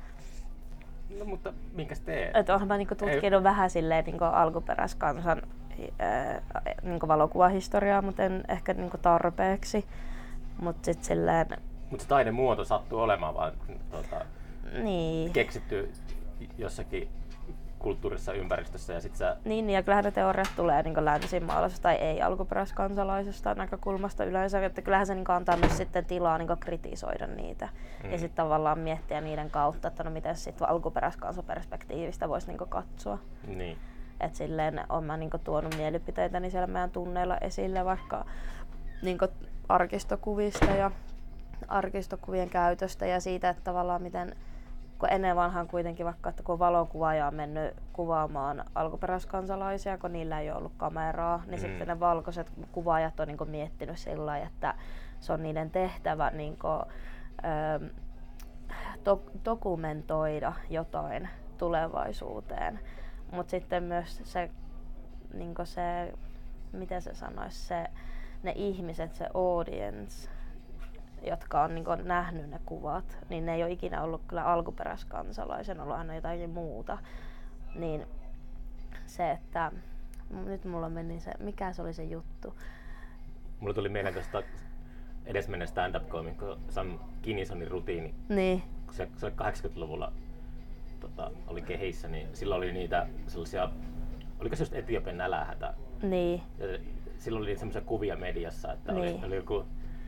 No mutta minkäs teet? Et oonhan mä niinku tutkinut Ei. vähän silleen niinku alkuperäiskansan ää, niinku valokuvahistoriaa, mutta en ehkä niinku tarpeeksi. Mut sit silleen... Mut se taidemuoto sattuu olemaan vaan tuota, niin. keksitty jossakin kulttuurissa ympäristössä ja sit sä... Niin, ja kyllähän ne teoriat tulee niin länsimaalaisesta tai ei alkuperäiskansalaisesta näkökulmasta yleensä, että kyllähän se niin antaa myös sitten tilaa niin kritisoida niitä mm. ja sitten tavallaan miettiä niiden kautta, että no miten sitten alkuperäiskansaperspektiivistä voisi niin katsoa. Niin. Et silleen olen mä niin tuonut mielipiteitäni siellä meidän tunneilla esille vaikka niin arkistokuvista ja arkistokuvien käytöstä ja siitä, että tavallaan miten kun ennen vanhaan kuitenkin vaikka, että kun valokuvaaja on mennyt kuvaamaan alkuperäiskansalaisia, kun niillä ei ole ollut kameraa, niin mm. sitten ne valkoiset kuvaajat on niin kuin miettinyt sillä lailla, että se on niiden tehtävä niin kuin, ö, do- dokumentoida jotain tulevaisuuteen. Mutta sitten myös se, niin kuin se, miten se sanoisi, se, ne ihmiset, se audience, jotka on niin kuin nähnyt ne kuvat, niin ne ei ole ikinä ollut kyllä alkuperäiskansalaisen, ollut aina jotain muuta. Niin se, että nyt mulla meni se, mikä se oli se juttu? Mulla tuli mieleen tuosta edesmenneen stand-up-koomikko Sam Kinisonin rutiini. Niin. Kun se, se kahdeksankymmentäluvulla tota, oli kehissä, niin silloin oli niitä sellaisia, oliko se just Etiopian nälähätä? Niin. Ja silloin oli semmoisia kuvia mediassa, että niin. oli, oli joku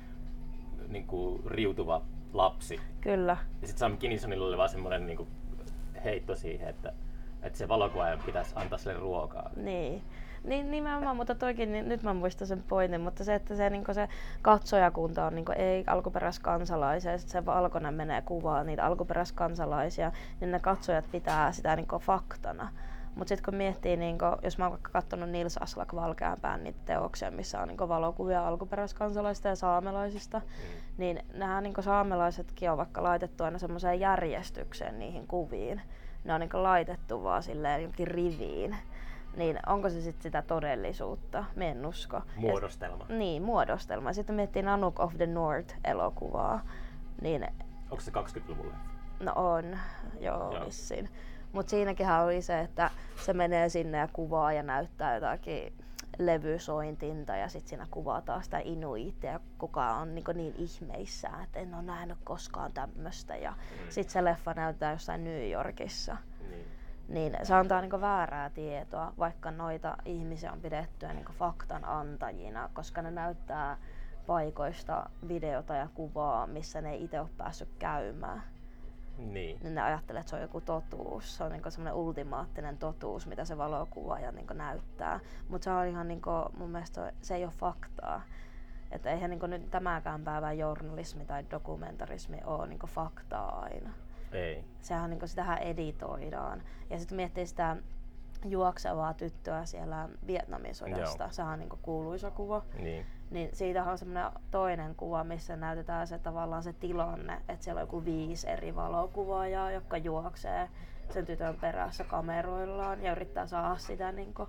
niinku riutuva lapsi. Kyllä. Ja sitten Sam Kinisonilla oli vaan semmoinen niinku heitto siihen, että, että se valokuvaaja pitäisi antaa sille ruokaa. Niin. Niin nimenomaan, mutta toikin, niin nyt mä muistan sen pointin, mutta se, että se, niin se katsojakunta on niin ei alkuperäiskansalaisia, sitten se valkoinen menee kuvaan niitä alkuperäiskansalaisia, niin ne katsojat pitää sitä niin faktana. Mutta sitten kun miettii, niin kun, jos mä oon vaikka katsonut Nils Aslak Valkeanpään niitä teoksia, missä on niin valokuvia alkuperäiskansalaisista ja saamelaisista, mm. niin nämä niin saamelaisetkin on vaikka laitettu aina semmoiseen järjestykseen niihin kuviin. Ne on niin laitettu vaan silleen jonkin riviin. Niin onko se sitten sitä todellisuutta? Mä en usko. Muodostelma. Ja, niin, muodostelma. Sitten miettii Nanook of the North-elokuvaa. Niin, onko se kaksikymmentäluvulla? No on, joo, joo. vissiin. Mutta siinäkinhän oli se, että se menee sinne ja kuvaa ja näyttää jotakin levysointinta ja sitten siinä kuvataan sitä inuittia, kuka on niin, niin ihmeissään, että en ole nähnyt koskaan tämmöistä. Ja mm. sitten se leffa näyttää jossain New Yorkissa. Niin. Niin se antaa niinku väärää tietoa, vaikka noita ihmisiä on pidettyä niinku faktan antajina, koska ne näyttää paikoista videota ja kuvaa, missä ne ei itse ole päässyt käymään. Niin. Niin ne ajattelee, että se on joku totuus. Se on niinku semmoinen ultimaattinen totuus, mitä se valokuvaaja niinku näyttää. Mutta se on ihan niinku, mun mielestä se ei ole faktaa. Että eihän niinku nyt tämäkään päivän journalismi tai dokumentarismi ole niinku faktaa aina. Ei. Sehän niinku, sitähän editoidaan. Ja sitten miettii sitä juoksevaa tyttöä siellä Vietnamin sodasta. Joo. Sehän on niinku kuuluisa kuva. Niin. Niin siitähän on semmoinen toinen kuva, missä näytetään se tavallaan se tilanne, että siellä on joku viisi eri valokuvaajaa, jotka juoksee sen tytön perässä kameroillaan ja yrittää saada sitä niinku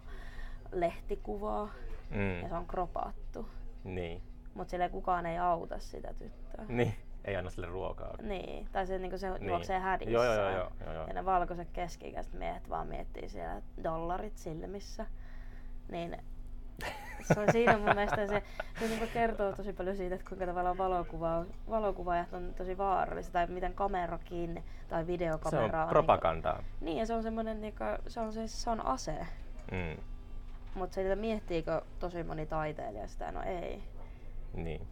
lehtikuvaa. Mm. Ja se on kropattu. Niin. Mut sille kukaan ei auta sitä tyttöä. Niin. Ei anna sille ruokaa. Niin, tai se, niin se niin. juoksee hädissään. Joo, joo, joo, joo, joo. Ja ne valkoiset keski-ikäiset miehet vaan miettii siellä dollarit silmissä. Niin se on siinä mun mielestä se, se niin kertoo tosi paljon siitä, että kuinka tavallaan valokuva, valokuvaajat on tosi vaarallisia, tai miten kamerakin tai videokamera on. Se on propagandaa. Niin, niin ja se on semmoinen, niin se on, se, se on ase. Mm. Mutta se, miettiikö tosi moni taiteilija sitä? No ei. Niin.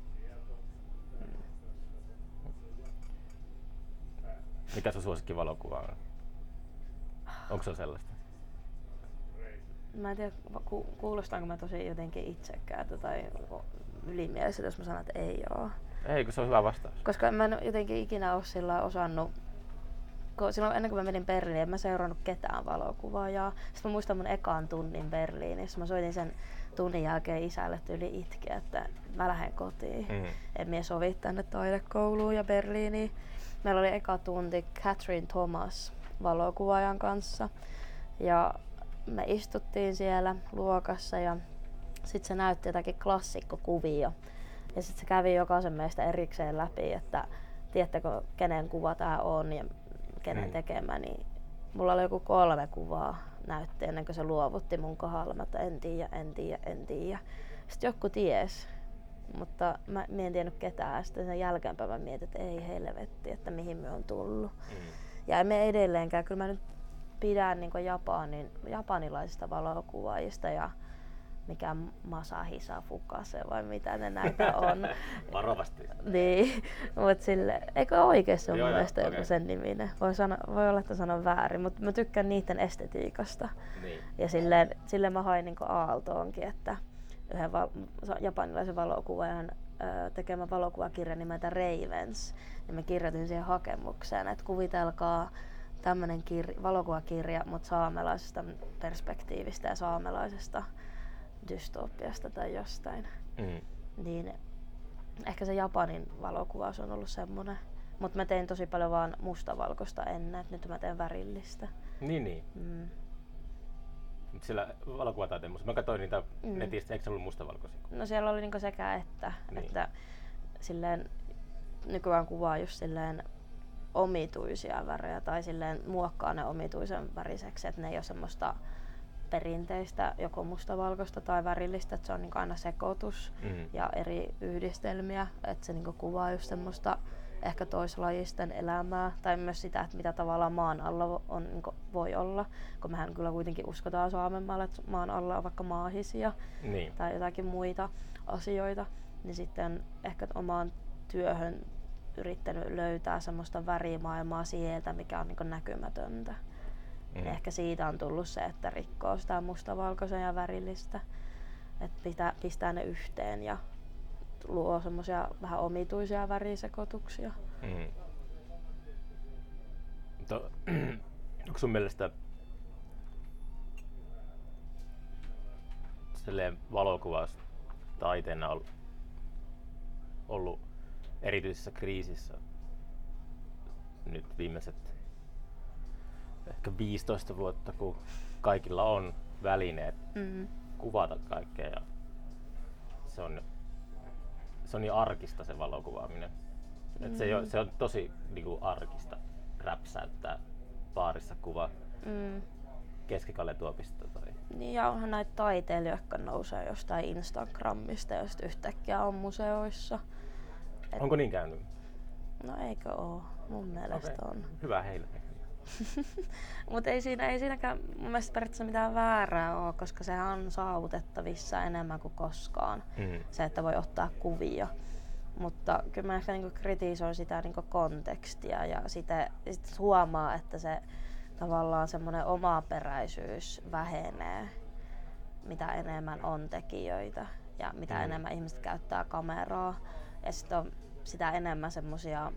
Mikä sun suosikki valokuva on? Onko se sellaista? Mä en tiedä, ku, kuulostaanko mä tosi jotenkin itsekkäältä tai ylimieliseltä, jos mä sanon, että ei oo. Ei, kun se on hyvä vastaus. Koska mä en jotenkin ikinä ole sillä osannut, kun silloin ennen kuin mä menin Berliiniin, en mä seurannut ketään valokuvaajaa. Sitten mä muistan mun ekan tunnin Berliinissä. Mä soitin sen tunnin jälkeen isälle tyyli itkeä, että mä lähden kotiin. Mm. En mie sovi tänne taidekouluun ja Berliiniin. Meillä oli eka tunti Catherine Thomas valokuvaajan kanssa. Ja me istuttiin siellä luokassa ja sitten se näytti jotakin klassikkokuvia. Ja sitten se kävi jokaisen meistä erikseen läpi, että tiedättekö kenen kuva tää on ja kenen mm. tekemä. Niin mulla oli joku kolme kuvaa näytti ennen kuin se luovutti mun kohdalla. Mä en tiedä, en tiedä, en tiedä. Sitten joku ties, mutta mä, mä en tiennyt ketään. Sitten sen jälkeenpäin mä mietin, että ei helvetti, että mihin me on tullut. Mm. Ja en me edelleenkään, kyllä mä nyt pidän niin kuin Japanin, japanilaisista valokuvaajista ja mikä Masahisa Fukase vai mitä ne näitä on. Varovasti. Niin, mutta sille, eikö oikeesti ole Joo, mun mielestä okay. joku sen niminen? Voi, sano, voi olla, että sanon väärin, mutta mä tykkään niiden estetiikasta. Niin. Ja silleen, silleen mä hain niinku Aaltoonkin, että yhden val, japanilaisen valokuvaajan ö, tekemä valokuvakirja nimeltä Ravens. Ja mä kirjoitin siihen hakemukseen, että kuvitelkaa tämmönen kirja, valokuvakirja, mutta saamelaisesta perspektiivistä ja saamelaisesta dystopiasta tai jostain. Mm. Niin ehkä se Japanin valokuvaus on ollut semmonen. Mutta mä tein tosi paljon vaan mustavalkoista ennen, että nyt mä teen värillistä. Niin, niin. Mm. Mut sillä valokuvataiteella, mä katsoin niitä mm. netistä, eikö se ollut mustavalkoisia? No siellä oli niinku sekä että, niin. Että silleen nykyään kuvaa just silleen omituisia värejä tai silleen muokkaa ne omituisen väriseksi, että ne ei ole semmoista perinteistä joko mustavalkoista tai värillistä, että se on niinku aina sekoitus mm. ja eri yhdistelmiä, että se niinku kuvaa just semmoista ehkä toislajisten elämää tai myös sitä, että mitä tavallaan maan alla on, niinku voi olla, kun mehän kyllä kuitenkin uskotaan Saamenmaalla, että maan alla on vaikka maahisia niin. tai jotakin muita asioita, niin sitten ehkä omaan työhön yrittänyt löytää semmoista värimaailmaa sieltä, mikä on niinku näkymätöntä. Mm. Ehkä siitä on tullut se, että rikkoo sitä mustavalkoisen ja värillistä, että pitää, pistää ne yhteen ja luo semmoisia vähän omituisia värisekoituksia. Mm. To, onko sun mielestä valokuvaus taiteena ollut, ollut erityisessä kriisissä nyt viimeiset ehkä viisitoista vuotta, kun kaikilla on välineet mm. kuvata kaikkea ja se on, se on niin arkista se valokuvaaminen. Mm. Et se, se on tosi niinku arkista räpsäyttää baarissa kuva mm. keskikaletuopista. Tai... Niin ja onhan näitä taiteilijoita, jotka nousee jostain Instagramista ja sitten yhtäkkiä on museoissa. Et... Onko niin käynyt? No eikö oo, mun mielestä okay. on. Hyvä heille. Mutta ei, siinä, ei siinäkään mun mielestä periaatteessa mitään väärää ole, koska sehän on saavutettavissa enemmän kuin koskaan. Mm. Se, että voi ottaa kuvia. Mutta kyllä mä ehkä niinku kritisoin sitä niinku kontekstia ja sitä, sit huomaa, että se tavallaan semmoinen omaperäisyys vähenee, mitä enemmän on tekijöitä ja mitä mm. enemmän ihmiset käyttää kameraa. Ja sit on sitä enemmän semmosia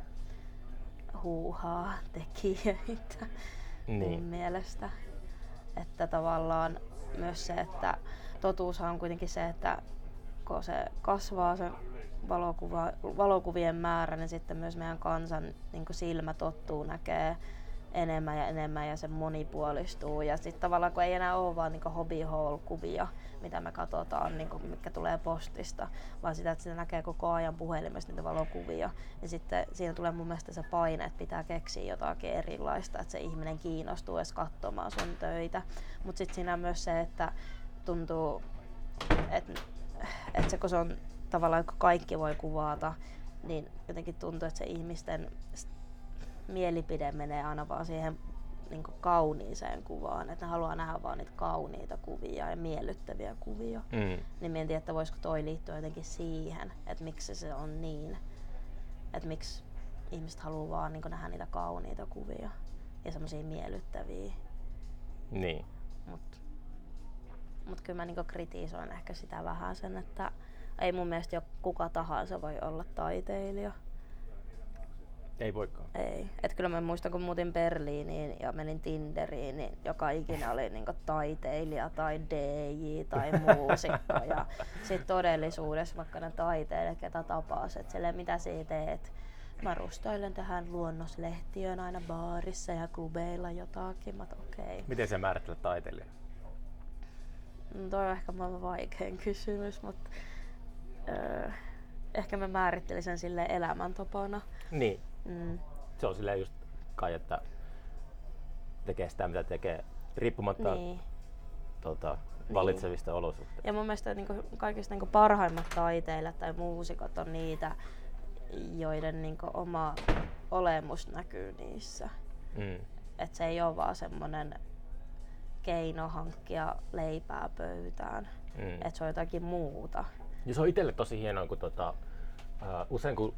huuhaa tekijöitä niin. mun mielestä. Että tavallaan myös se, että totuushan on kuitenkin se, että kun se kasvaa se valokuva, valokuvien määrä, niin sitten myös meidän kansan niin kuin silmä tottuu näkee enemmän ja enemmän ja se monipuolistuu. Ja sitten tavallaan kun ei enää ole vaan niin hobby haul-kuvia, mitä me katsotaan, niin kuin, mitkä tulee postista, vaan sitä, että sitä näkee koko ajan puhelimesta niitä valokuvia. Ja sitten siinä tulee mun mielestä se paine, että pitää keksiä jotakin erilaista, että se ihminen kiinnostuu edes katsomaan sun töitä. Mutta sitten siinä on myös se, että tuntuu, että, että se kun se on tavallaan, kun kaikki voi kuvata, niin jotenkin tuntuu, että se ihmisten mielipide menee aina vaan siihen niin kuin kauniiseen kuvaan, että ne haluaa nähdä vaan niitä kauniita kuvia ja miellyttäviä kuvia. Mm. Niin mietin, että voisiko toi liittyä jotenkin siihen, että miksi se on niin, että miksi ihmiset haluaa vaan niin kuin nähdä niitä kauniita kuvia ja semmoisia miellyttäviä. Niin. Mut, mut kyllä mä niinku kritisoin ehkä sitä vähän sen, että ei mun mielestä jo kuka tahansa voi olla taiteilija. Ei voikaan. Ei. Et kyllä mä muistan, kun muutin Berliiniin ja menin Tinderiin, niin joka ikinä oli niinku taiteilija tai D J tai muusikko. Ja sit todellisuudessa vaikka ne taiteilijat, ketä tapas, että silleen mitä sä teet. Mä rustailen tähän luonnoslehtiöön aina baarissa ja klubeilla jotakin. Mä okei. Okay. Miten sä määrittelet taiteilija? No, toi on ehkä maailman vaikein kysymys, mutta öö, ehkä mä määrittelin sen silleen elämäntapana. Niin. Mm. Se on silleen just kai, että tekee sitä mitä tekee, riippumatta Niin. tota, valitsevista niin. olosuhteista. Ja mun mielestä niinku kaikista niinku parhaimmat taiteilijat tai muusikot on niitä, joiden niinku oma olemus näkyy niissä. Mm. Et se ei ole vaan semmonen keino hankkia leipää pöytään, Mm. et se on jotakin muuta. Ja se on itselle tosi hienoa, kun tota, ää, usein kun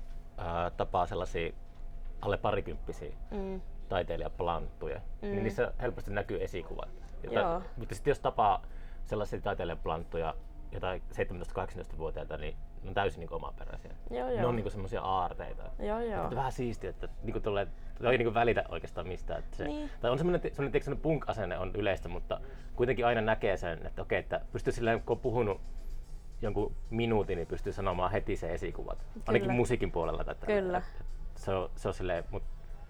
ää, tapaa sellaisia alle parikymppisiä Mm. taiteilijaplanttuja, mm. niin niissä helposti näkyy esikuvat. Joo. Mutta sitten jos tapaa sellaisia taiteilijaplanttuja, jotain seitsemäntoista-kahdeksantoista-vuotiaita, niin ne on täysin niin omaperäisiä. Joo, Ne joo. on niin semmoisia aarteita. Joo, joo. Että vähän siistiä, että niin tulee, ei niin välitä oikeastaan mistään. Että se, Niin. Tai on semmoinen, semmoinen, semmoinen punk-asenne on yleistä, mutta kuitenkin aina näkee sen, että okei, että pystyy silleen, kun on puhunut jonkun minuutin, niin pystyy sanomaan heti se esikuvat. Kyllä. Ainakin musiikin puolella. Että, Kyllä. Että, että se on, se on silleen, mutta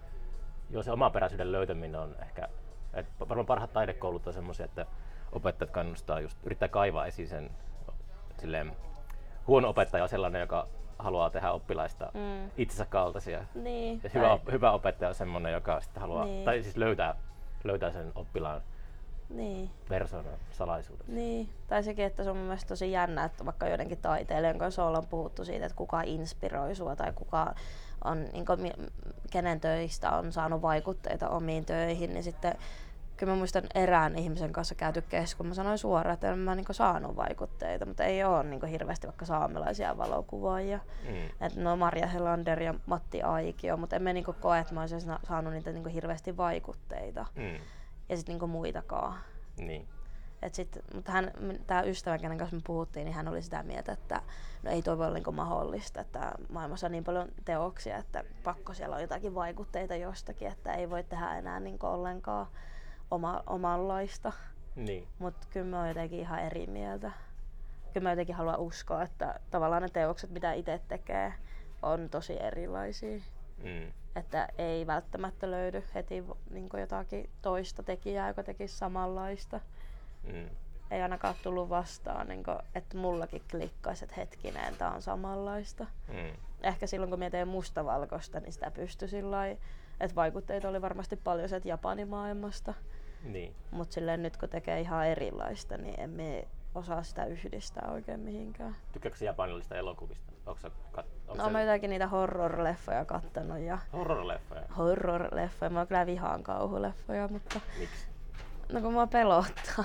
joo, se omaperäisyyden löytäminen on ehkä, että varmaan parhaat taidekoulut on semmoisia, että opettajat kannustaa just, yrittää kaivaa esiin sen silleen, huono opettaja on sellainen, joka haluaa tehdä oppilaista mm. itsensä kaltaisia. Niin, ja hyvä, hyvä opettaja on semmoinen, joka sitten haluaa, niin. tai siis löytää, löytää sen oppilaan niin. persoonan salaisuudessa. Niin, tai sekin, että se on mun mielestä tosi jännä, että vaikka joidenkin taiteilijan kanssa ollaan puhuttu siitä, että kuka inspiroi sua tai kuka on, niin kuin, kenen töistä on saanut vaikutteita omiin töihin, niin sitten kyllä mä muistan erään ihmisen kanssa käyty keskustelua. Mä sanoin suoraan, että en mä niin saanut vaikutteita, mutta ei ole niin hirveästi vaikka saamelaisia valokuvaajia. Mm. Että no Marja Helander ja Matti Aikio, mutta en mä niin koe, että mä olisin saanut niitä niin hirveästi vaikutteita. Mm. Ja sitten niin muitakaan. Niin. Et sit, mutta hän, tää ystävä, kenen kanssa me puhuttiin, niin hän oli sitä mieltä, että no ei toi voi olla niin mahdollista, että maailmassa on niin paljon teoksia, että pakko siellä on jotakin vaikutteita jostakin, että ei voi tehdä enää niin ollenkaan oma, omanlaista. Niin. Mutta kyllä mä oon jotenkin ihan eri mieltä. Kyllä mä jotenkin haluan uskoa, että tavallaan ne teokset, mitä itse tekee, on tosi erilaisia. Mm. Että ei välttämättä löydy heti niin jotakin toista tekijää, joka tekisi samanlaista. Mm. Ei ainakaan tullut vastaan, niin kuin, että mullakin klikkaisi, että hetkinen, tää on samanlaista. Mm. Ehkä silloin kun mä teen mustavalkoista, niin sitä pystyi sillai, että vaikutteita oli varmasti paljon sieltä Japanimaailmasta. Niin. Mut silleen nyt kun tekee ihan erilaista, niin emme osaa sitä yhdistää oikein mihinkään. Tykkääkö japanilista elokuvista? Onko sä kat... Onko no mä jotakin niitä horror-leffoja kattonut. Ja... Horror-leffoja? Horror-leffoja. Mä kyllä vihaan kauhuleffoja, mutta... Miksi? No kun mua pelottaa.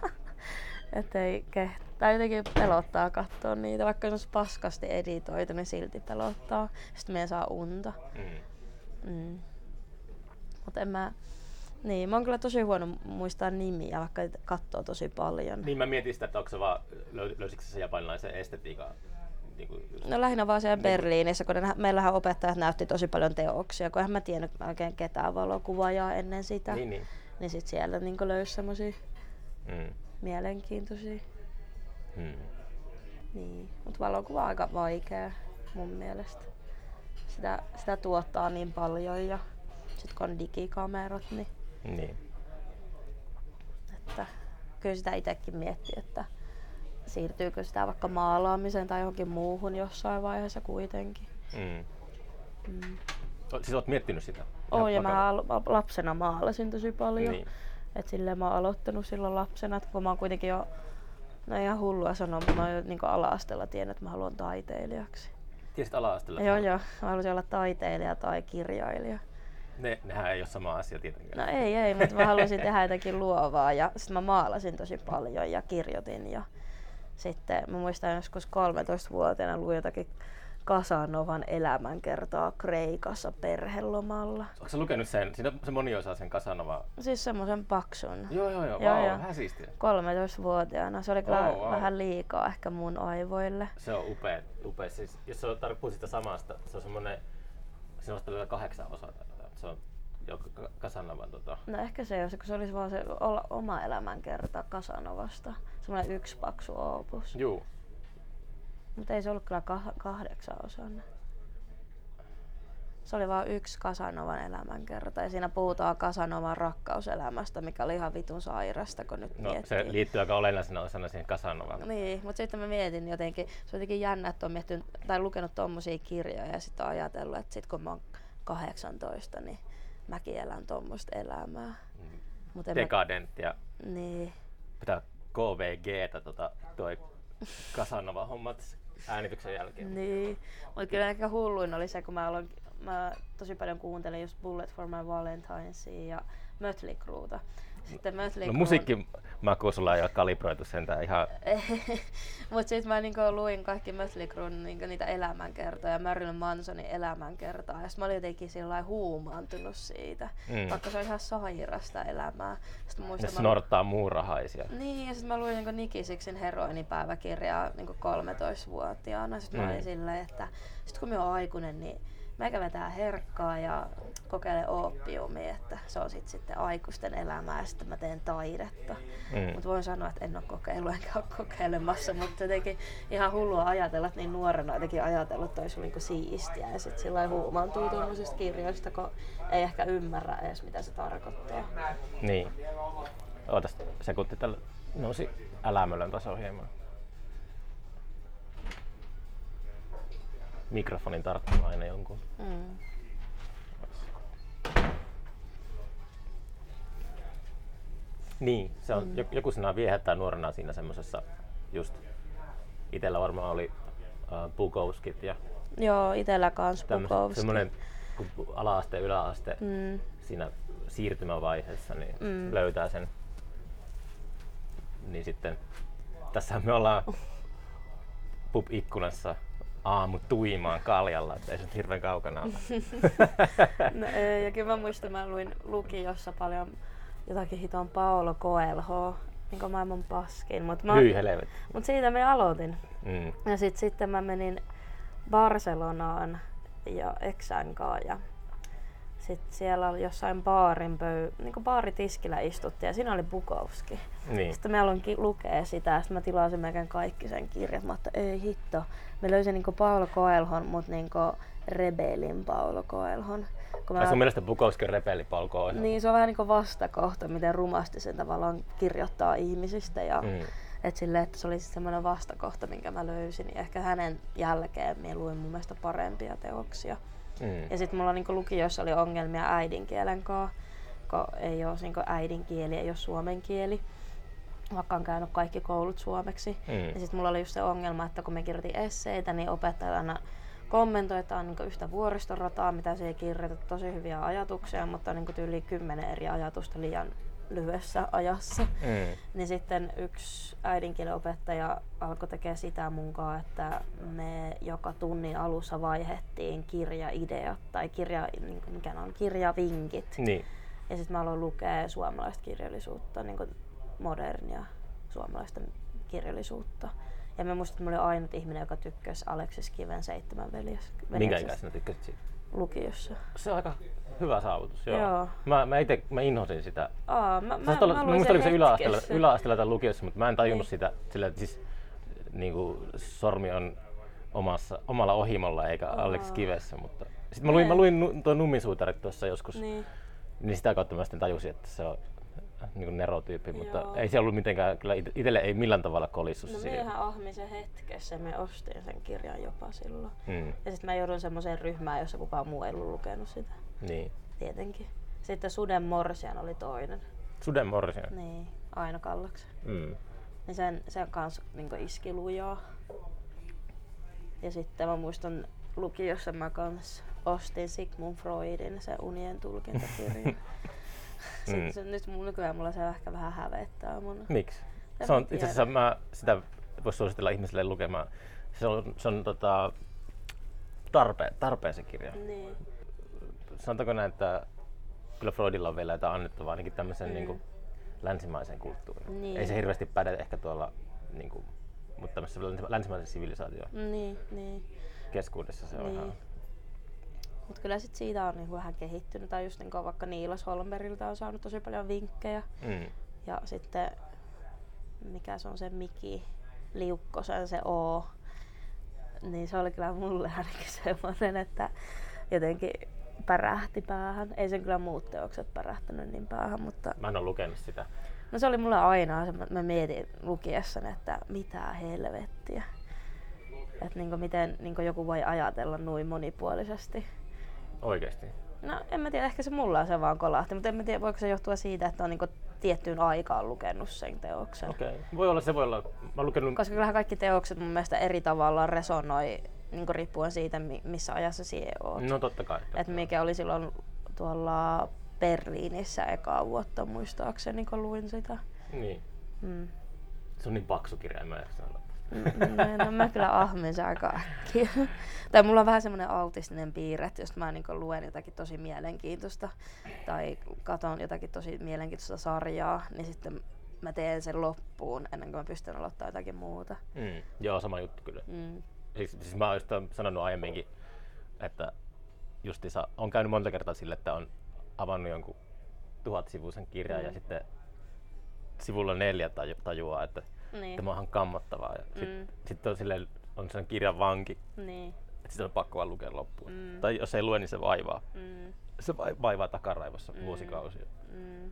Ettei keht... Tai jotenkin pelottaa katsoa niitä, vaikka se on paskasti editoitu, niin silti pelottaa. Sitten me saa unta. Mm. Mm. Mut en mä... Niin, mä oon kyllä tosi huono muistaa nimiä, vaikka katsoo tosi paljon. Niin mä mietin sitä, että onko se vaan, löysikö se japanilaisen estetiikan? Niin kuin just... No lähinnä vaan siellä Berliinissä, kun ne, meillähän opettajat näytti tosi paljon teoksia, kun eihän mä tiennyt oikein ketään valokuvaajaa ennen sitä. Niin, niin. Niin sit siellä niin löysi semmosia mm. mielenkiintoisia. Mm. Niin, mut valokuva on aika vaikea mun mielestä. Sitä, sitä tuottaa niin paljon ja sit kun on digikamerat, niin... Niin. Että kyllä sitä itsekin miettii, että siirtyykö sitä vaikka maalaamiseen tai johonkin muuhun jossain vaiheessa kuitenkin. Mm. Mm. Siis oot miettinyt sitä? Oon ja mä lapsena maalasin tosi paljon. Niin. Et silleen mä oon aloittanut silloin lapsena, että kun mä oon kuitenkin jo, no ihan hullua sanoa, mutta mä oon jo niin ala-asteella tiennyt, että mä haluan taiteilijaksi. Tiesit ala-asteella? Joo joo, mä halusin olla taiteilija tai kirjailija. Ne, nehän ei ole sama asia tietenkään. No ei, ei, mutta mä halusin tehdä jotakin luovaa ja sitten mä maalasin tosi paljon ja kirjoitin. Ja sitten mä muistan joskus kolmetoistavuotiaana luin jotakin Casanovan elämänkertaa Kreikassa perhelomalla. Onko sä lukenut sen? Siinä se moni osaa sen Casanova. Siis semmoisen paksun. Joo, joo, joo. Joo, Wow, joo. vähän siistiä. kolmetoistavuotiaana. Se oli kyllä Oh, wow. vähän liikaa ehkä mun aivoille. Se on upea. upea. Siis, jos se on tarkoittaa sitä samasta, se on semmoinen, siinä on vielä kahdeksan osaa. Se on jo Casanovan tota. No ehkä se, jos se olisi vaan se olla oma elämänkerta Casanovasta. Semmoinen yksi paksu opus. Juu. Mutta ei se ollut kyllä kah- kahdeksan osan. Se oli vaan yksi Casanovan elämänkerta ja siinä puhutaan Casanovan rakkauselämästä, mikä oli ihan vitun sairasta, kun nyt No, miettii. se liittyy aika olennaisena osana siihen Casanovaan. Niin, mutta sitten mä mietin jotenkin, se on jotenkin jännä, että on miettinyt, tai lukenut tommosia kirjoja ja sitten ajatellut, että sit kun mä oon kahdeksantoista, niin mäkin elän tommoista elämää. Mm. Mut en Dekadenttia. Mä... Niin. Pitää K V G:tä tota, toi Casanova hommat äänityksen jälkeen. Niin, mutta kyllä ehkä hulluin oli se, kun mä, aloin, mä tosi paljon kuuntelin just Bullet for my Valentinesia ja Mötley Crueta. Sitten Mötley No Cruen... musiikkimaku sulla ei ole kalibroitu sentään ihan... Mutta sitten mä niinku luin kaikki Mötley Cruen niinku niitä elämänkertoja, Marilyn Mansonin elämänkertaa, ja sit mä olin jotenkin sillä huumaantunut siitä, mm. vaikka se on ihan sairasta elämää. Sitten ne mä snorttaa lu... muurahaisia. Niin, ja sitten mä luin niinku Nikki Sixxin heroinipäiväkirjaa niinku kolmetoistavuotiaana. Sitten mm. mä olin silleen, että sit kun mä oon aikuinen, niin meikä vetää herkkaa ja kokeilen oopiumia, että se on sit sitten aikuisten elämää ja sitten mä teen taidetta. Mm. Mutta voin sanoa, että en ole kokeillut enkä ole kokeilemassa, mutta jotenkin ihan hullua ajatella, että niin nuorena jotenkin ajatellut, että olisi niinku siistiä ja sitten sillä lailla huumaantuu tuommoisista kirjoista, kun ei ehkä ymmärrä edes mitä se tarkoittaa. Niin. Ootas sekunti, tällä nousi älämölön taso hieman. Mikrofonin tarttunut aina jonkun. Mm. Niin, se on, mm. joku sana viehättää nuorena siinä semmosessa just, itellä varmaan oli uh, Bukowskit ja joo, itellä kans Bukowski. Semmoinen ala-aste, yläaste mm. siinä siirtymävaiheessa niin mm. löytää sen. Niin sitten tässä me ollaan pub-ikkunassa aamu tuimaan kaljalla, että ei se nyt hirveän kaukana ole. No ei, ja kyllä mä muistan, mä luin lukiossa paljon jotakin hiton Paolo Coelhoa, niin maailman paskin. Mut mä, Hyi helvetti. Mut siitä mä aloitin. Mm. Ja sit, sitten mä menin Barcelonaan ja Exän kanssa. Ja sitten siellä oli jossain baarin pöy, niin baaritiskillä istuttiin ja siinä oli Bukowski. Niin. Sitten mä aloin ki- lukea sitä ja sitten mä tilasin melkein kaikki sen kirjat. Mä ajattelin, ei hitto. Mä löysin niinku Paulo Coelhon, mut niinku rebelin Paulo Coelhon. Kun mä... sun mielestä Bukowski on rebeli Paulo Coelho? Niin, se on vähän niinku vastakohta, miten rumasti sen tavallaan kirjoittaa ihmisistä. Ja mm. et sille, että se oli semmoinen vastakohta, minkä mä löysin. Ja ehkä hänen jälkeen mä luin mun mielestä parempia teoksia. Mm. Ja sitten mulla niinku lukiossa oli ongelmia äidinkielen kanssa, kun ei ole niinku äidinkieli, ei ole suomen kieli, vaikka on käynyt kaikki koulut suomeksi. Mm. Ja sitten mulla oli just se ongelma, että kun me kirjoitin esseitä, niin opettaja aina kommentoi, että on niinku yhtä vuoristorataa, mitä se ei kirjoita, tosi hyviä ajatuksia, mutta on niinku tyyli kymmenen eri ajatusta liian lyhyessä ajassa. Mm. Niin sitten yksi äidinkielen opettaja alkoi tekemään sitä munkaan, että me joka tunnin alussa vaihdettiin kirjaideat tai kirja, mikä on kirjavinkit. Niin. Ja sitten mä aloin lukea suomalaista kirjallisuutta, niin kuin modernia suomalaista kirjallisuutta. Ja mä muistan, että mä olin ainut ihminen, joka tykkäsi Aleksis Kiven Seitsemän veljeksestä. Minkä ikäisenä tykkäsit siitä? Lukiossa. Se on aika hyvä saavutus, joo. joo. Mä, mä ite mä inhosin sitä. Aa, mä, mä, olla, mä mä muistan, oliko se yläasteella, yläasteella tai lukiossa, mutta mä en tajunnut sitä sillä, että siis niinku, sormi on omassa, omalla ohimolla eikä Aa. Aleksis Kivessä. Mutta sitten mä luin, mä luin tuon Nummisuutarit tuossa joskus, niin. niin sitä kautta mä sitten tajusin, että se on niin kuin nerotyyppi, mutta joo. ei se ollut mitenkään, kyllä itselle ei millään tavalla kolissu no siihen. No miehän ahmin sen hetkessä, me ostin sen kirjan jopa silloin. Mm. Ja sitten mä joudun semmoiseen ryhmään, jossa kukaan muu ei ollut lukenut sitä. Niin. Tietenkin. Sitten Suden Morsian oli toinen. Suden Morsian? Niin, Aino Kallaksen. Mm. Niin sen, sen kanssa niin iski lujaa. Ja sitten mä muistan lukiossa mä kanssa ostin Sigmund Freudin, se unien tulkintakirja. Sitten mm. se, nyt nykyään mulla se ehkä vähän hävettää mun. Miksi? Se on itse asiassa mä sitä vois suositella ihmisille lukemaan. Se on, se on tota, tarpeen, tarpeen se kirja. Niin. Sanotaanko näin, että kyllä Freudilla on vielä jotain annettavaa ainakin tämmöisen mm. niin kuin länsimaisen kulttuurin. Niin. Ei se hirveästi päde ehkä tuolla, niin kuin, mutta tämmöisessä länsimaisen sivilisaation niin, niin. keskuudessa se on niin. ihan... Mutta kyllä sit siitä on niinku vähän kehittynyt. Tai just niinku vaikka Niilas Holmbergilta on saanut tosi paljon vinkkejä. Mm. Ja sitten, mikä se on se Miki Liukkosen se O, niin se oli kyllä mulle ainakin semmoinen, että jotenkin pärähti päähän. Ei sen kyllä muut teokset pärähtänyt niin päähän, mutta... Mä en ole lukenut sitä. No se oli mulle aina, mä mietin lukiessani, että mitä helvettiä. Että niinku miten niinku joku voi ajatella noin monipuolisesti. Oikeesti? No en mä tiedä, ehkä se mulla se vaan kolahti, mutta en mä tiedä, voiko se johtua siitä, että on niinku tiettyyn aikaan lukenut sen teoksen. Okei, okay. Voi olla, se voi olla. Mä lukenut... Koska kyllähän kaikki teokset mun mielestä eri tavalla resonoi niinku riippuen siitä, missä ajassa siihen oot. No totta kai. Totta Et mikä oli silloin tuolla Berliinissä ekaa vuotta muistaakseni, kun luin sitä. Niin. Mm. Se on niin paksu kirja, en mä ehkä sanoa. No mä kyllä ahmin se aika äkkiä. Tai mulla on vähän semmoinen autistinen piirre, että jos mä niin luen jotakin tosi mielenkiintoista tai katon jotakin tosi mielenkiintoista sarjaa, niin sitten mä teen sen loppuun ennen kuin mä pystyn aloittamaan jotakin muuta. Mm. Joo, sama juttu kyllä. Mm. Siis, siis mä oon just sanonut aiemminkin, että justiinsa on käynyt monta kertaa sille, että on avannut jonkun tuhatsivuisen kirjan mm. ja sitten sivulla neljä taju, tajuaa, että niin. tämä on ihan kammottavaa. Sitten Mm. sit on, silleen, on sen kirjan vanki, Niin. että sitä on pakko vaan lukea loppuun. Mm. Tai jos ei lue, niin se vaivaa. Mm. Se vaivaa takaraivossa Mm. vuosikausia. Mm.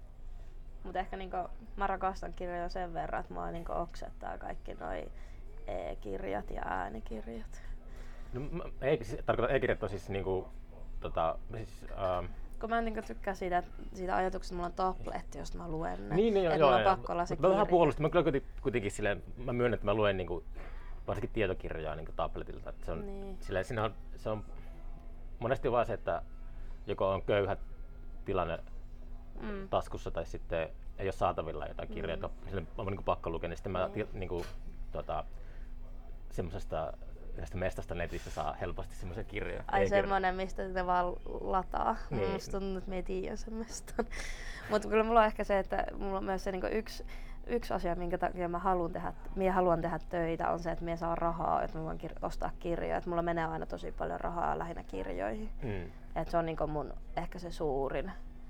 Mutta ehkä niinku, mä rakastan kirjoja sen verran, että mua niinku oksettaa kaikki noi e-kirjat ja äänikirjat. No, mä, ei, tarkoitan e-kirjat on siis niinku, tota, siis, ähm, kun mä en niinku tykkää siitä, siitä ajatuksesta, että mulla on tabletti, josta mä luen ne. Niin, niin että joo, mulla on joo, pakko olla se mä vähän kirja. puolustin. Mä kyllä kuitenkin silleen, mä myönnän, että mä luen niinku, varsinkin tietokirjoja niinku tabletilta. Että se on, Niin. silleen, siinä on, se on monesti vaan se, että joko on köyhä tilanne Mm. taskussa tai sitten ei ole saatavilla jotain kirjaa, Mm. mm. Silleen, on niinku pakko lukea, niin sitten mä Niin. niinku, tota, semmosesta yhdestä mestasta netissä saa helposti semmoisia kirjoja. Ai e-kirjoja. semmonen, mistä ne vaan lataa. Niin. Musta tuntuu, että mä en tiedä semmoista. Mutta kyllä mulla on ehkä se, että mulla on myös se niinku yksi, yksi asia, minkä takia mä haluan tehdä, minä haluan tehdä töitä, on se, että minä saan rahaa, että mä voin kir- ostaa kirjoja. Et mulla menee aina tosi paljon rahaa lähinnä kirjoihin. Mm. Et se on niinku mun ehkä se suurin,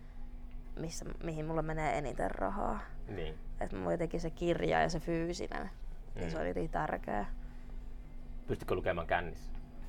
missä, mihin mulla menee eniten rahaa. Niin. Että mulla jotenkin se kirja ja se fyysinen, Mm. niin se oli niin tärkeä. Pystytkö lukemaan kännissä?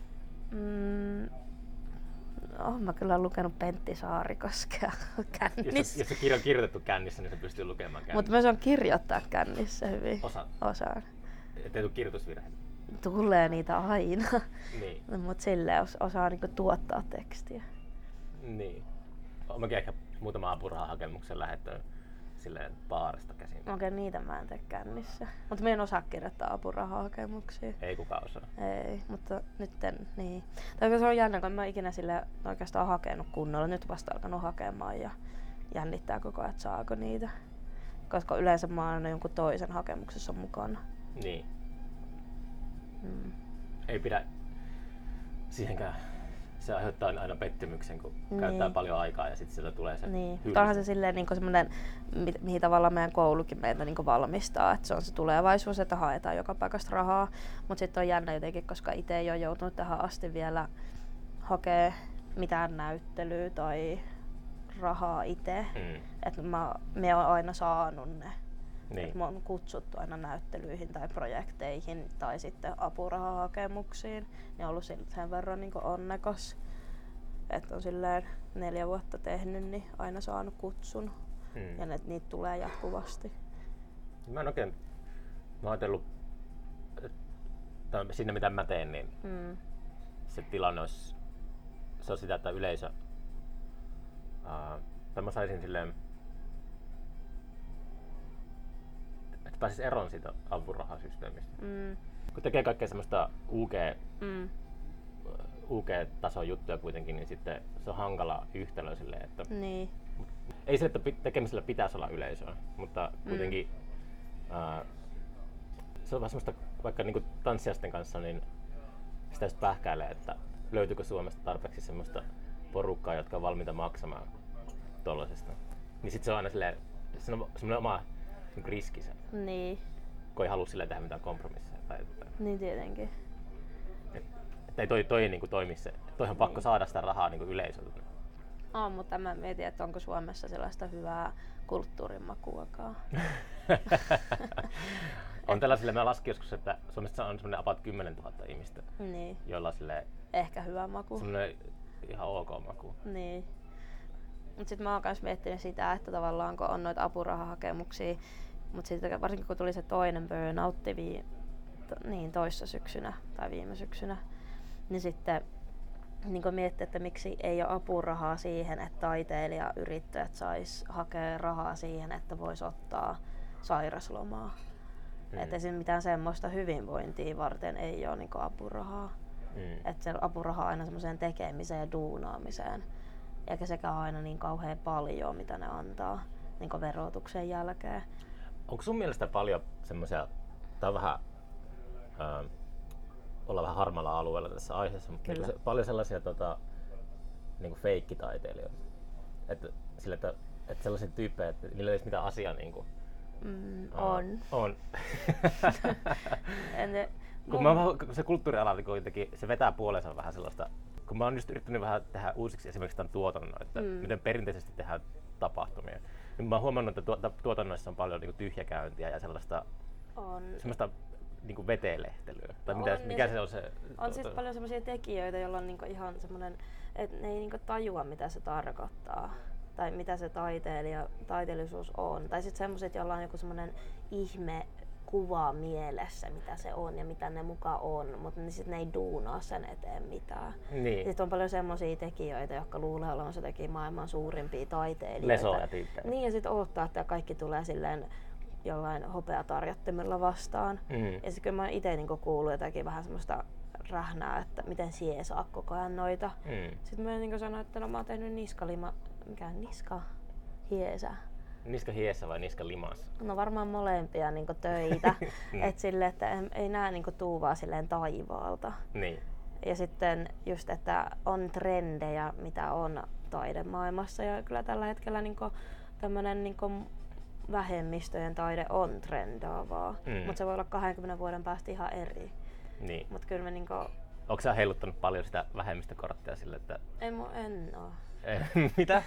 Mm, oon mä kyllä lukenut Pentti Saarikoskea Jos, kännissä. se- jos se kirja on kirjoitettu kännissä, niin se pystyy lukemaan kännissä. Mutta mä saan kirjoittaa kännissä hyvin. Osaat? Osaan. Ettei tule kirjoitusvirheitä. Tulee niitä aina. Niin. Mutta silleen os- osaa niinku tuottaa tekstiä. Niin. Oon mäkin ehkä muutama apurahahakemuksen lähettänyt silleen baarista käsin. Okei, niitä mä en tee kännissä. Mutta mä en osaa kirjoittaa apurahahakemuksia. Ei kukaan osaa. Ei, mutta nytten niin. Tai se on jännä, kun en mä ikinä sille oikeastaan hakenut kunnolla. Nyt vasta alkanut hakemaan ja jännittää koko ajan, että saako niitä. Koska yleensä mä oon aina jonkun toisen hakemuksessa mukana. Niin. Mm. Ei pidä siihenkään. Se aiheuttaa aina pettymyksen, kun Niin. käyttää paljon aikaa ja sitten sieltä tulee se Niin. hylsy. Onhan se silleen niin semmoinen, mi- mihin tavallaan meidän koulukin meitä niin valmistaa, että se on se tulevaisuus, että haetaan joka paikasta rahaa. Mutta sitten on jännä jotenkin, koska itse ei ole joutunut tähän asti vielä hakea mitään näyttelyä tai rahaa itse. Mm. Että mä, mä oon aina saanut ne. Niin. Et mä oon kutsuttu aina näyttelyihin tai projekteihin tai sitten apurahahakemuksiin. Niin on ollut sen sen verran niin onnekas, että on silleen neljä vuotta tehnyt, niin aina saanut kutsun. Mm. Ja ne, niitä tulee jatkuvasti. Mä en oikein, mä oon ajatellut, että siinä mitä mä teen, niin Mm. se tilanne olisi, se on sitä, että yleisö, ää, tai mä saisin silleen, että pääsis eroon siitä apurahasysteemistä. Mm. Kun tekee kaikkea semmoista U G, Mm. U G-tason juttuja kuitenkin, niin sitten se on hankala yhtälö silleen, että Niin. ei sille, että pi- tekemisellä pitäisi olla yleisöä, mutta kuitenkin mm. ää, se on vaan semmoista, vaikka niinku tanssijaisten kanssa, niin sitä just pähkäilee, että löytyykö Suomesta tarpeeksi semmoista porukkaa, jotka on valmiita maksamaan tollasesta. Niin sit se on aina silleen, se on semmoinen oma niin riskinsä. Niin. Kun ei halua silleen tehdä mitään kompromisseja. Tai, tai. Niin tietenkin. Että ei toi, toi niin kuin toimi se. Toihan on pakko saada sitä rahaa niin kuin yleisöltä. On, mutta mä mietin, että onko Suomessa sellaista hyvää kulttuurimakuakaan. On tällaisille, mä laskin joskus, että Suomessa on semmoinen about kymmenentuhatta ihmistä, Niin. joilla on silleen Ehkä hyvä maku. semmoinen ihan ok maku. Niin. Mut sit mä oon kans miettinyt sitä, että tavallaan kun on noita apurahahakemuksia, mut sitten varsinkin kun tuli se toinen burnoutti vii, to, niin toissa syksynä tai viime syksynä, niin sitten niin miettii, että miksi ei ole apurahaa siihen, että taiteilijayrittäjät sais hakea rahaa siihen, että vois ottaa sairaslomaa. Mm. Että esimerkiksi mitään semmoista hyvinvointia varten ei ole niin apurahaa. Mm. Että se apuraha on aina semmoiseen tekemiseen ja duunaamiseen. Eikä sekään aina niin kauhean paljon, mitä ne antaa niin verotuksen jälkeen. Onko sun mielestä paljon semmoisia, tai vähän ää, olla vähän harmaalla alueella tässä aiheessa, mutta niin se, paljon sellaisia tota, niin feikkitaiteilijoita. Että, sille, että, että sellaisia tyyppejä, että niillä ei ole mitään asiaa niin kuin, mm, on. Uh, on. ne, kun mä, se kulttuuriala kuitenkin, se vetää puoleensa vähän sellaista, kun mä oon just yrittänyt vähän tehdä uusiksi esimerkiksi tämän tuotannon, että mm. miten perinteisesti tehdään tapahtumia. Niin mä oon huomannut, että tuota, tuotannoissa on paljon niin kuin tyhjäkäyntiä ja sellaista on. Semmoista niin kuin vetelehtelyä. Tai on, mitä, niin mikä se, se on se? On tuota... siis paljon semmoisia tekijöitä, joilla on niinku ihan semmoinen, että ne ei niinku tajua mitä se tarkoittaa. Tai mitä se taiteilija, taiteellisuus on. Tai sitten semmoiset, joilla on joku semmoinen ihme kuva mielessä, mitä se on ja mitä ne muka on, mutta niin sitten ne ei duunaa sen eteen mitään. Niin. Sitten on paljon semmoisia tekijöitä, jotka luulee olevansa jotenkin maailman suurimpia taiteilijoita. Lesoja tyyppejä. Niin, ja sitten odottaa, että kaikki tulee silleen jollain hopeatarjottimella vastaan. Mm. Ja sitten kyllä mä itse niinku kuullut jotakin vähän semmoista rähnää, että miten sie saa koko ajan noita. Mm. Sitten mä niinku sanoin, että no mä oon tehnyt niskalima, mikä on niska? Hiesä. Niska hiessä vai niska limas? No varmaan molempia niinku töitä. Et sille, että ei nää niinku tuu vaan silleen taivaalta. Niin. Ja sitten just, että on trendejä, mitä on taidemaailmassa. Ja kyllä tällä hetkellä niinku tämmönen niinku vähemmistöjen taide on trendaavaa. Mm. Mutta se voi olla kahdenkymmenen vuoden päästä ihan eri. Niin. Mut kyllä me niinku... Onko sä heiluttanut paljon sitä vähemmistökorttia sille, että... En, en oo. Mitä?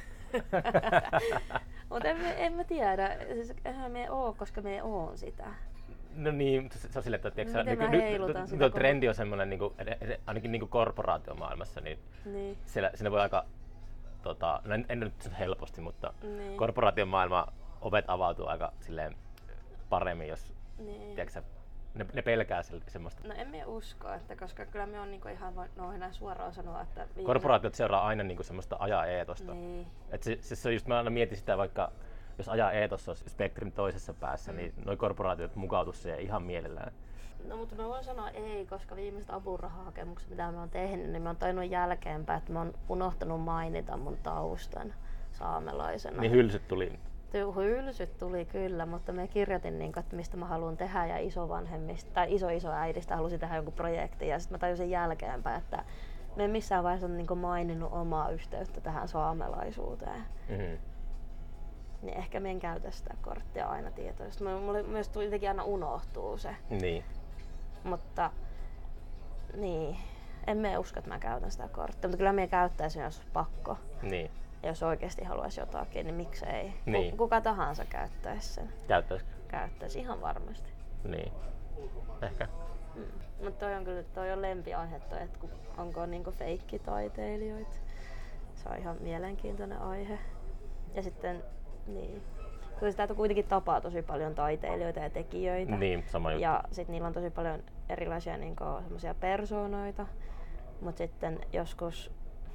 Mutta en, en mä tiedä. Siis, eihän me oo, koska me oon sitä. No niin, se on silleen, että tiiäksä, miten niin, mä heilutan sitä? Tuo trendi on semmoinen, niin kuin, ainakin niin kuin korporaatiomaailmassa, niin, niin. Siellä, siinä voi aika, tota, no en, en nyt helposti, mutta niin. Korporaatiomaailma ovet avautuu aika silleen paremmin, jos niin. tiiäksä, ne, ne pelkää se, semmoista. No en minä usko, että koska kyllä me on niinku ihan no enää suoraan sanoa, että viimeisen... Korporaatiot seuraa aina niinku semmoista aja-eetosta. Niin. Et se, se, se on just, mä aina mietin sitä, vaikka jos aja-eetos olisi spektrin toisessa päässä, mm. niin noi korporaatiot mukautus siihen ihan mielellään. No mutta mä voin sanoa ei, koska viimeiset apurahahakemukset, mitä mä oon tehnyt, niin mä oon tainnut jälkeenpäin, että mä oon unohtanut mainita mun taustan saamelaisena. Niin hylsyt tuli. Hylsyt tuli kyllä, mutta mä kirjoitin, niin, että mistä mä haluan tehdä ja isovanhemmista tai iso iso äidistä halusin tehdä jonkun projektin ja sitten mä tajusin jälkeenpäin, että mä en missään vaiheessa ole niin maininnut omaa yhteyttä tähän saamelaisuuteen. Mm-hmm. Niin ehkä mä en käytä sitä korttia aina tietoisesti. Mulle myös jotenkin aina unohtuu se. Niin. Mutta niin, en mä usko, että mä käytän sitä korttia, mutta kyllä mä käyttäisin, jos pakko. Niin. Jos oikeasti haluaisi jotakin, niin miksei? Niin. Kuka tahansa käyttäisi sen. Käyttäisikö? Käyttäisi ihan varmasti. Niin. Ehkä. Mm. Mutta toi on kyllä toi on lempiaihe toi, että onko niinku feikkitaiteilijoita. Se on ihan mielenkiintoinen aihe. Ja sitten niin. Kyllä sitä kuitenkin tapaa tosi paljon taiteilijoita ja tekijöitä. Niin, sama juttu. Ja sitten niillä on tosi paljon erilaisia niinku semmoisia persoonoita. Mutta sitten joskus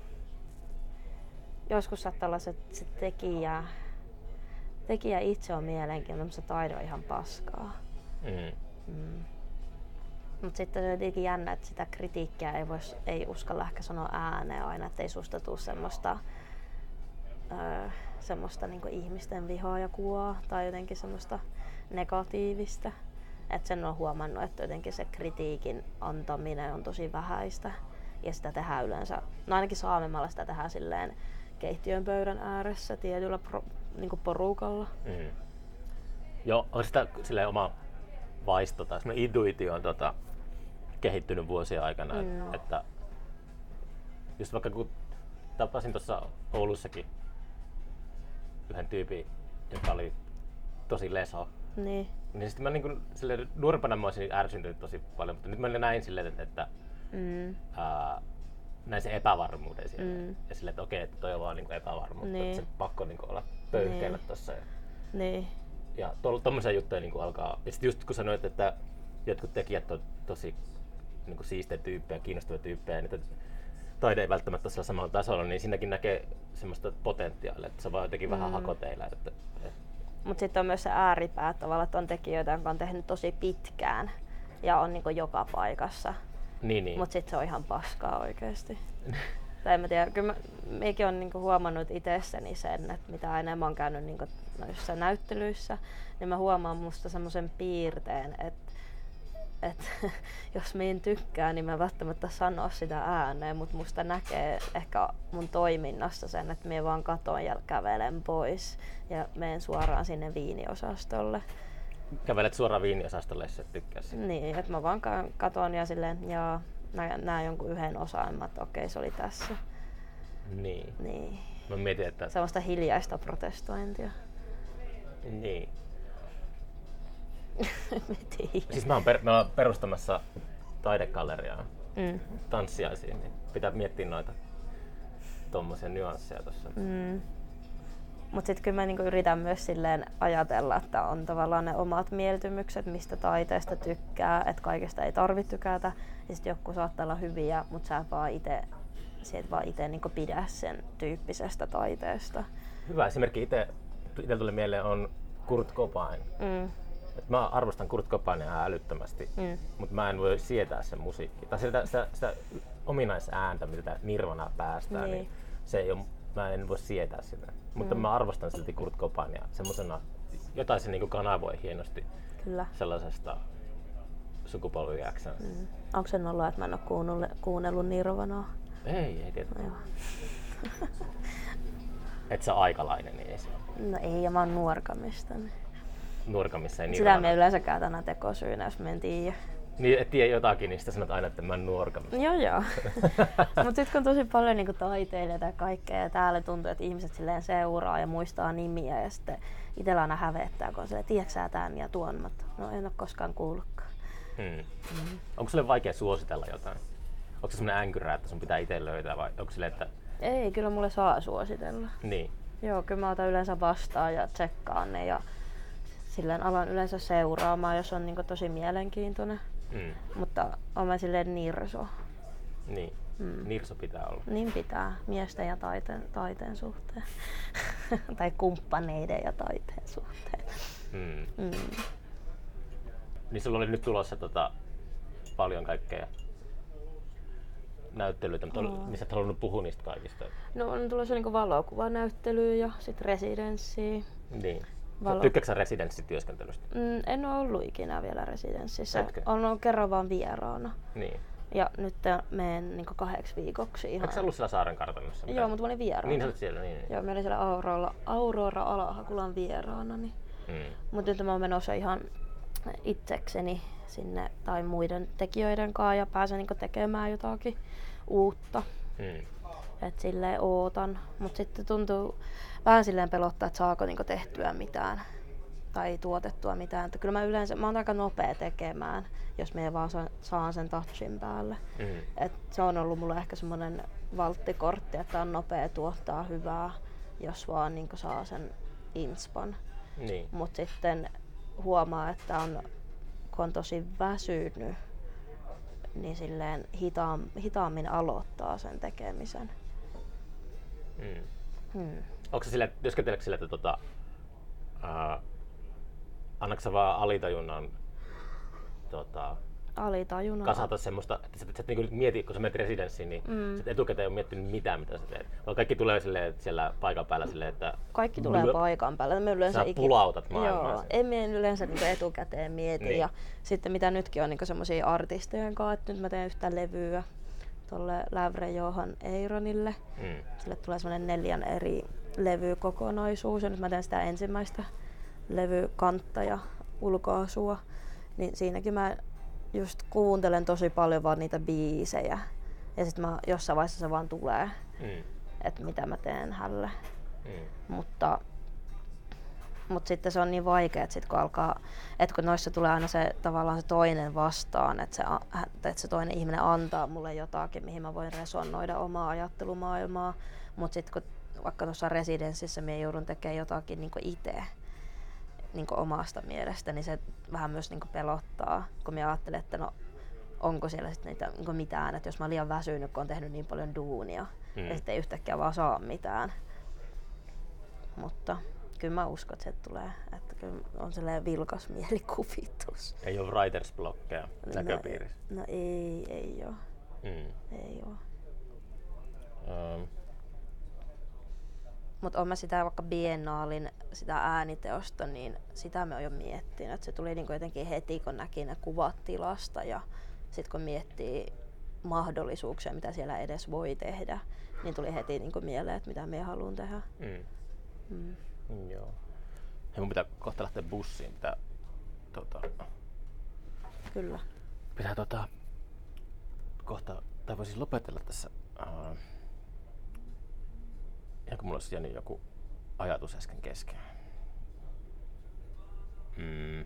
Joskus saattaa olla se, se tekijä, tekijä itse on mielenkiintoinen, mutta se taide on ihan paskaa. Mm. Mm. Mutta sitten se on jotenkin jännä, että sitä kritiikkiä ei, vois, ei uskalla ehkä sanoa ääneen aina, että ei susta tule semmoista, öö, semmoista niinku ihmisten vihaa ja kuvaa tai jotenkin semmoista negatiivista. Et sen on huomannut, että jotenkin se kritiikin antaminen on tosi vähäistä. Ja sitä tehdään yleensä, no ainakin Saamenmaalla sitä tehdään silleen keittiön pöydän ääressä tietyllä pro, niinku porukalla. Mm. Joo, on sitä silleen oma vaisto tai semmoinen intuitio on tota, kehittynyt vuosien aikana, mm. että just vaikka kun tapasin tuossa Oulussakin yhden tyypin, joka oli tosi leso, niin, niin sitten mä niinku silleen nuorempana mä olisin ärsyntynyt tosi paljon, mutta nyt mä näin silleen, että, että mm. ää, näin sen epävarmuuden siellä. Mm. Ja silleen, että okei, että toi on vaan niinku epävarmuutta, niin. Että se pakko niinku olla pöyhkeillä niin. Tossa. Ja, niin. ja to, tommosia juttuja niinku alkaa. Ja sit just kun sanoit, että jotkut tekijät on tosi niinku siistejä tyyppejä, kiinnostavia tyyppejä, niitä taide ei välttämättä ole samalla tasolla, niin siinäkin näkee semmoista potentiaalia, että se vaan jotenkin mm. vähän hakoteilla. Että, et. Mutta sitten on myös se ääripää tavalla, että on tekijöitä, jotka on tehnyt tosi pitkään ja on niinku joka paikassa. Niin, niin. Mutta sitten se on ihan paskaa oikeesti. Tai en mä tiedä, kyllä mä, meikin on niinku huomannut itsessäni sen, että mitä enemmän on käynyt niinku noissa näyttelyissä, niin mä huomaan musta semmoisen piirteen, että et, jos min tykkää, niin mä välttämättä sano sitä ääneen, mutta musta näkee ehkä mun toiminnassa sen, että mä vaan katon ja kävelen pois ja menen suoraan sinne viiniosastolle. Kävelet suoraan viiniosastolle, jos et tykkää siitä. Niin, että mä vaan katon ja silleen, ja näen jonkun yhden osan, että okei, se oli tässä. Niin. Niin. Mä mietin, että... Semmoista hiljaista protestointia. Niin. Mietin. Siis mä oon, per, mä oon perustamassa taidegalleriaa mm. tanssiaisiin, niin pitää miettiä noita tommosia nyansseja tossa. Mm. Mut sit kyllä mä niinku yritän myös silleen ajatella, että on tavallaan ne omat mieltymykset, mistä taiteesta tykkää, että kaikesta ei tarvitse tykätä. Ja sit joku saattaa olla hyviä, mut sä vaan ite, siet vaan ite niinku pidä sen tyyppisestä taiteesta. Hyvä esimerkki ite, ite tuli mieleen on Kurt Cobain. Mm. Et mä arvostan Kurt Cobainia älyttömästi, mm. mutta mä en voi sietää sen musiikkia. Tai sitä, sitä, sitä ominaisääntä, mitä Nirvana päästää, niin. niin se ei ole, mä en voi sietää sitä. Mutta mm. mä arvostan silti Kurt Cobainia semmosena, jotain se niinku kanavoi hienosti. Kyllä. Sellaisesta sukupolvi X:stä. Mm. Onko sen ollut, että mä en ole kuunnellut, kuunnellut Nirvanaa? Ei, ei tietysti. Et sä aikalainen, niin ei se. No ei, ja mä oon nuorkamista. Niin. Nuorkamissa ei Nirvanaa. Sitä me yleensä käytän tekosyynä, jos mä en tiedä. Niin, et tiedä jotakin, niin sitä sanot aina, että mä en nuorkamista. Joo joo. Mut sit kun on tosi paljon niinku taiteilijoita ja kaikkea, ja täällä tuntuu, että ihmiset silleen seuraa ja muistaa nimiä, ja sitten itellä aina hävettää, kun on silleen, tiedätkö sä tän ja tuon, mutta no en oo koskaan kuullutkaan. Hmm. Mm. Onko sulle vaikea suositella jotain? Onko se semmoinen änkyrä, että sun pitää itse löytää, vai onko silleen, että... Ei, kyllä mulle saa suositella. Niin. Joo, kyllä mä otan yleensä vastaan ja tsekkaan ne ja silleen alan yleensä seuraamaan, jos on niinku tosi mielenkiintoinen. Mm. Mutta on mä silleen nirso. Niin, mm. nirso pitää olla. Niin pitää, miesten ja taiteen, taiteen suhteen. Tai kumppaneiden ja taiteen suhteen. Mm. Mm. Niin sulla oli nyt tulossa tota, paljon kaikkea näyttelyitä, mutta oh. missä et halunnut puhua niistä kaikista? No on tulossa niinku valokuvanäyttelyä ja sit residenssiä. Niin. Valo... Tykkääksä residenssityöskentelystä? Mm, en ole ollut ikinä vielä residenssissä. Olen ollut kerran vaan vieraana. Niin. Ja nyt menen niinku kahdeksi viikoksi ihan. Eikö sä ollut siellä saaren kartanossa? Joo, mutta mä olin vieraana. Niin sä olit siellä, niin. Joo, mä olin siellä Aurora, Aurora Alahakulan vieraana. Niin. Mm. Mutta nyt mä oon menossa ihan itsekseni sinne tai muiden tekijöiden kanssa ja pääsen niinku tekemään jotakin uutta. Mm. Et silleen ootan, mut sitten tuntuu vähän silleen pelottaa, että saako niinku tehtyä mitään tai tuotettua mitään. Että kyllä mä yleensä, mä oon aika nopea tekemään, jos mä vaan saan sen touchin päälle. Mm. Et se on ollut mulle ehkä semmonen valttikortti, että on nopea tuottaa hyvää, jos vaan niinku saa sen inspan. Niin. Mut sitten huomaa, että on, kun on tosi väsynyt, niin silleen hitaam, hitaammin aloittaa sen tekemisen. Mm. Hmm. Onko se sille, työskenteleekö sille, että tota, ää, annatko sä vaan alitajunnan tota, alitajunnan kasata semmoista, että sä, sä et niinku mieti, kun sä menet residenssiin, niin mm. sä et etukäteen ei ole miettinyt mitään, mitä sä teet. Vaan kaikki tulee silleen, että siellä paikan päällä silleen, että... Kaikki tulee lyö... paikan päällä. Me yleensä sä ikin... pulautat maailmaa. Joo, en mä yleensä niinku etukäteen mieti. Niin. Ja sitten mitä nytkin on niinku semmosia artistejen kanssa, että nyt mä teen yhtä levyä. tolle Lävre Johan Eironille. Mm. Sille tulee semmonen neljän eri levykokonaisuus ja nyt mä teen sitä ensimmäistä levykantta ja ulkoasua. Niin siinäkin mä just kuuntelen tosi paljon vaan niitä biisejä ja sit mä jossain vaiheessa se vaan tulee, mm. että mitä mä teen hälle. Mm. Mutta Mutta sitten se on niin vaikea, että sit kun alkaa, että kun noissa tulee aina se tavallaan se toinen vastaan, että se, että se toinen ihminen antaa mulle jotakin, mihin mä voin resonoida omaa ajattelumaailmaa. Mutta sitten kun vaikka tuossa residenssissä minä joudun tekemään jotakin niin itse niin omasta mielestä, niin se vähän myös niin pelottaa, kun minä ajattelen, että no onko siellä sitten niitä niin mitään, että jos mä oon liian väsynyt, kun on tehnyt niin paljon duunia, mm. ja sitten ei yhtäkkiä vaan saa mitään. Mutta kyllä mä uskon, että se tulee, että kyllä on sellainen vilkas mielikuvitus. Ei ole writers blockeja näköpiirissä? No, no ei, ei oo. Mm. Ei oo. Um. Mutta on mä sitä vaikka Biennaalin sitä ääniteosta, niin sitä me oon jo miettinyt. Et se tuli niinku jotenkin heti, kun näki ne kuvat tilasta ja sit kun miettii mahdollisuuksia, mitä siellä edes voi tehdä, niin tuli heti niinku mieleen, että mitä me haluan tehdä. Mm. Mm. Mm, joo. Hei, mun pitää kohta lähteä bussiin. Pitää, tota, Kyllä. Pitää tota, kohta, tai voisin lopetella tässä. Uh, ihan kun mulla olisi jäänyt joku ajatus äsken kesken. Mm.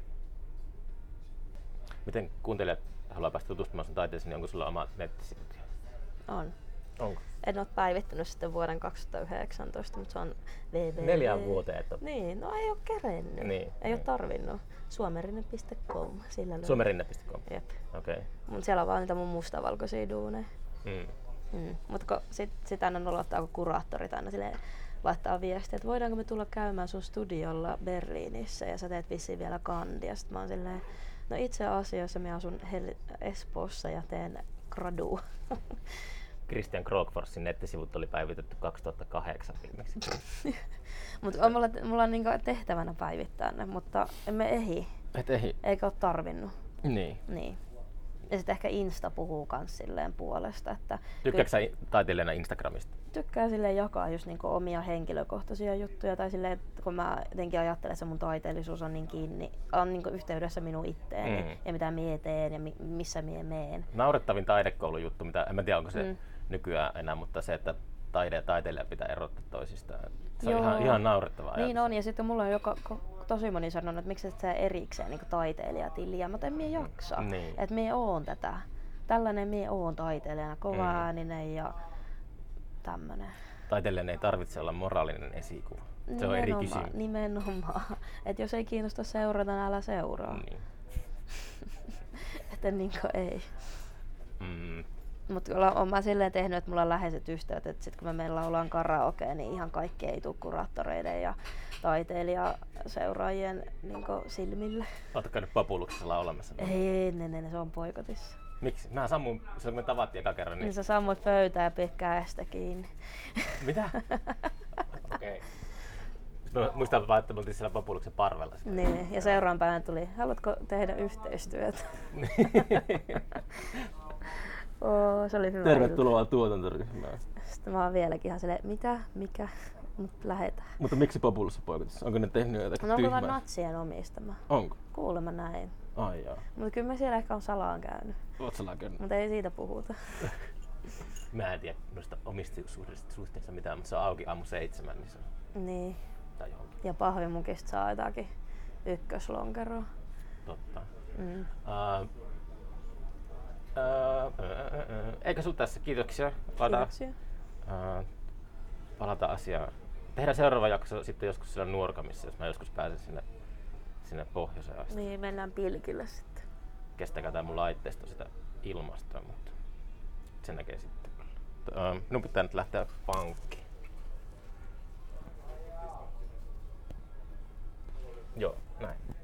Miten kuuntelijat haluaa päästä tutustumaan sun taiteeseen, niin onko sulla oma nettisivut? On. Onko? En ole päivittänyt sitten vuoden kaksituhattayhdeksäntoista, mutta se on www. Neljään vuoteen et ole. Niin, no ei ole kerennyt. Niin, ei niin. ole tarvinnut. Suomerinne piste com. Suomerinne piste com? Jep. Okei. Okay. Mut siellä on vaan niitä mun mustavalkoisia duuneja. Mm. Mm. Mutta sit, sit aina nolottaa, kun kuraattorit aina silleen laittaa viestiä, että voidaanko me tulla käymään sun studiolla Berliinissä ja sä teet vissiin vielä kandia. Sitten mä oon silleen, no itse asiassa mä asun Hel- Espoossa ja teen gradua. Christian Krogforsin nettisivut oli päivitetty kaksituhattakahdeksan viimeksi. Mutta mulla, mulla on niinku tehtävänä päivittää ne, mutta emme ehdi. Et ehdi. Eikä ole tarvinnut. Niin. niin. Ja sitten ehkä Insta puhuu kans silleen puolesta. Että tykkääksä ky- taiteilijana Instagramista? Tykkää silleen jakaa just niinku omia henkilökohtaisia juttuja. Tai silleen, että kun mä jotenkin ajattelen, että se mun taiteellisuus on niin kiinni, on niinku yhteydessä minun itteeni mm. ja mitä mie teen ja mi- missä mie meen. Naurettavin taidekoulujuttu, mitä en mä tiedä onko se mm. nykyään enää, mutta se, että taide ja taiteilija pitää erottaa toisistaan. Se Joo. on ihan, ihan naurettavaa. Niin on, ja sitten mulla on joka, tosi moni sanonut, että miksi et sä erikseen niin taiteilijatiliä, mutta en mie jaksa. Niin. Että mie oon tätä. Tällainen mie oon taiteilijana, kovaääninen mm. ja tämmönen. Taiteilijan ei tarvitse olla moraalinen esikuva. Se nimenomaan, on eri kysymys. Nimenomaan. Että jos ei kiinnosta seurata, niin älä seuraa. Niin. Että niinkö ei. Mm. Mutta olen mä silleen tehnyt, että mulla on läheiset ystävät, että sit kun me meillä ollaan karaoke, niin ihan kaikki ei tule kuraattoreiden ja taiteilijaseuraajien niin silmille. Oletko käynyt Populuksessa laulamassa? Ei, ne, ne, ne, se on boikotissa. Miksi? Mä sammuin, silloin kun me tavattiin eka kerran. Niin, niin sä sammuit pöytää ja pidit käestä kiinni. Mitä? Okei. Okay. Muistan vaan, että me oltiin siellä Populuksen parvella. Niin, ja seuraavan päivän tuli, haluatko tehdä yhteistyötä? Oo, se oli hyvä. Tervetuloa tuotantoryhmään. Sitten mä oon vieläkin ihan silleen, mitä, mikä, mut lähetään. Mutta miksi Populussa poikotissa? Onko ne tehnyt jotakin no, tyhmää? No onko natsien omistama? Onko? Kuulemma näin. Ai jaa. Mutta kyllä mä siellä ehkä on salaan käynyt. Oot salaan käynyt? Mutta ei siitä puhuta. Mä en tiedä noista omistajuussuhteista mitään, mutta se on auki aamu seitsemän. Niin, se on... niin. Tai johonkin. Ja pahvimukista saa jotakin ykköslonkeroa. Totta. Mm. Uh, Uh, uh, uh, uh. Eikä sun tässä. Kiitoksia. Palataan, Kiitoksia. Uh, palataan asiaan. Tehdään seuraava jakso sitten joskus siellä Nuorgamissa, jos mä joskus pääsen sinne, sinne pohjoiseen asti. Niin, mennään pilkille sitten. Kestäkää tää mun laitteisto sitä ilmastoa, mutta sen näkee sitten. Uh, minun pitää nyt lähteä pankkiin. Joo, näin.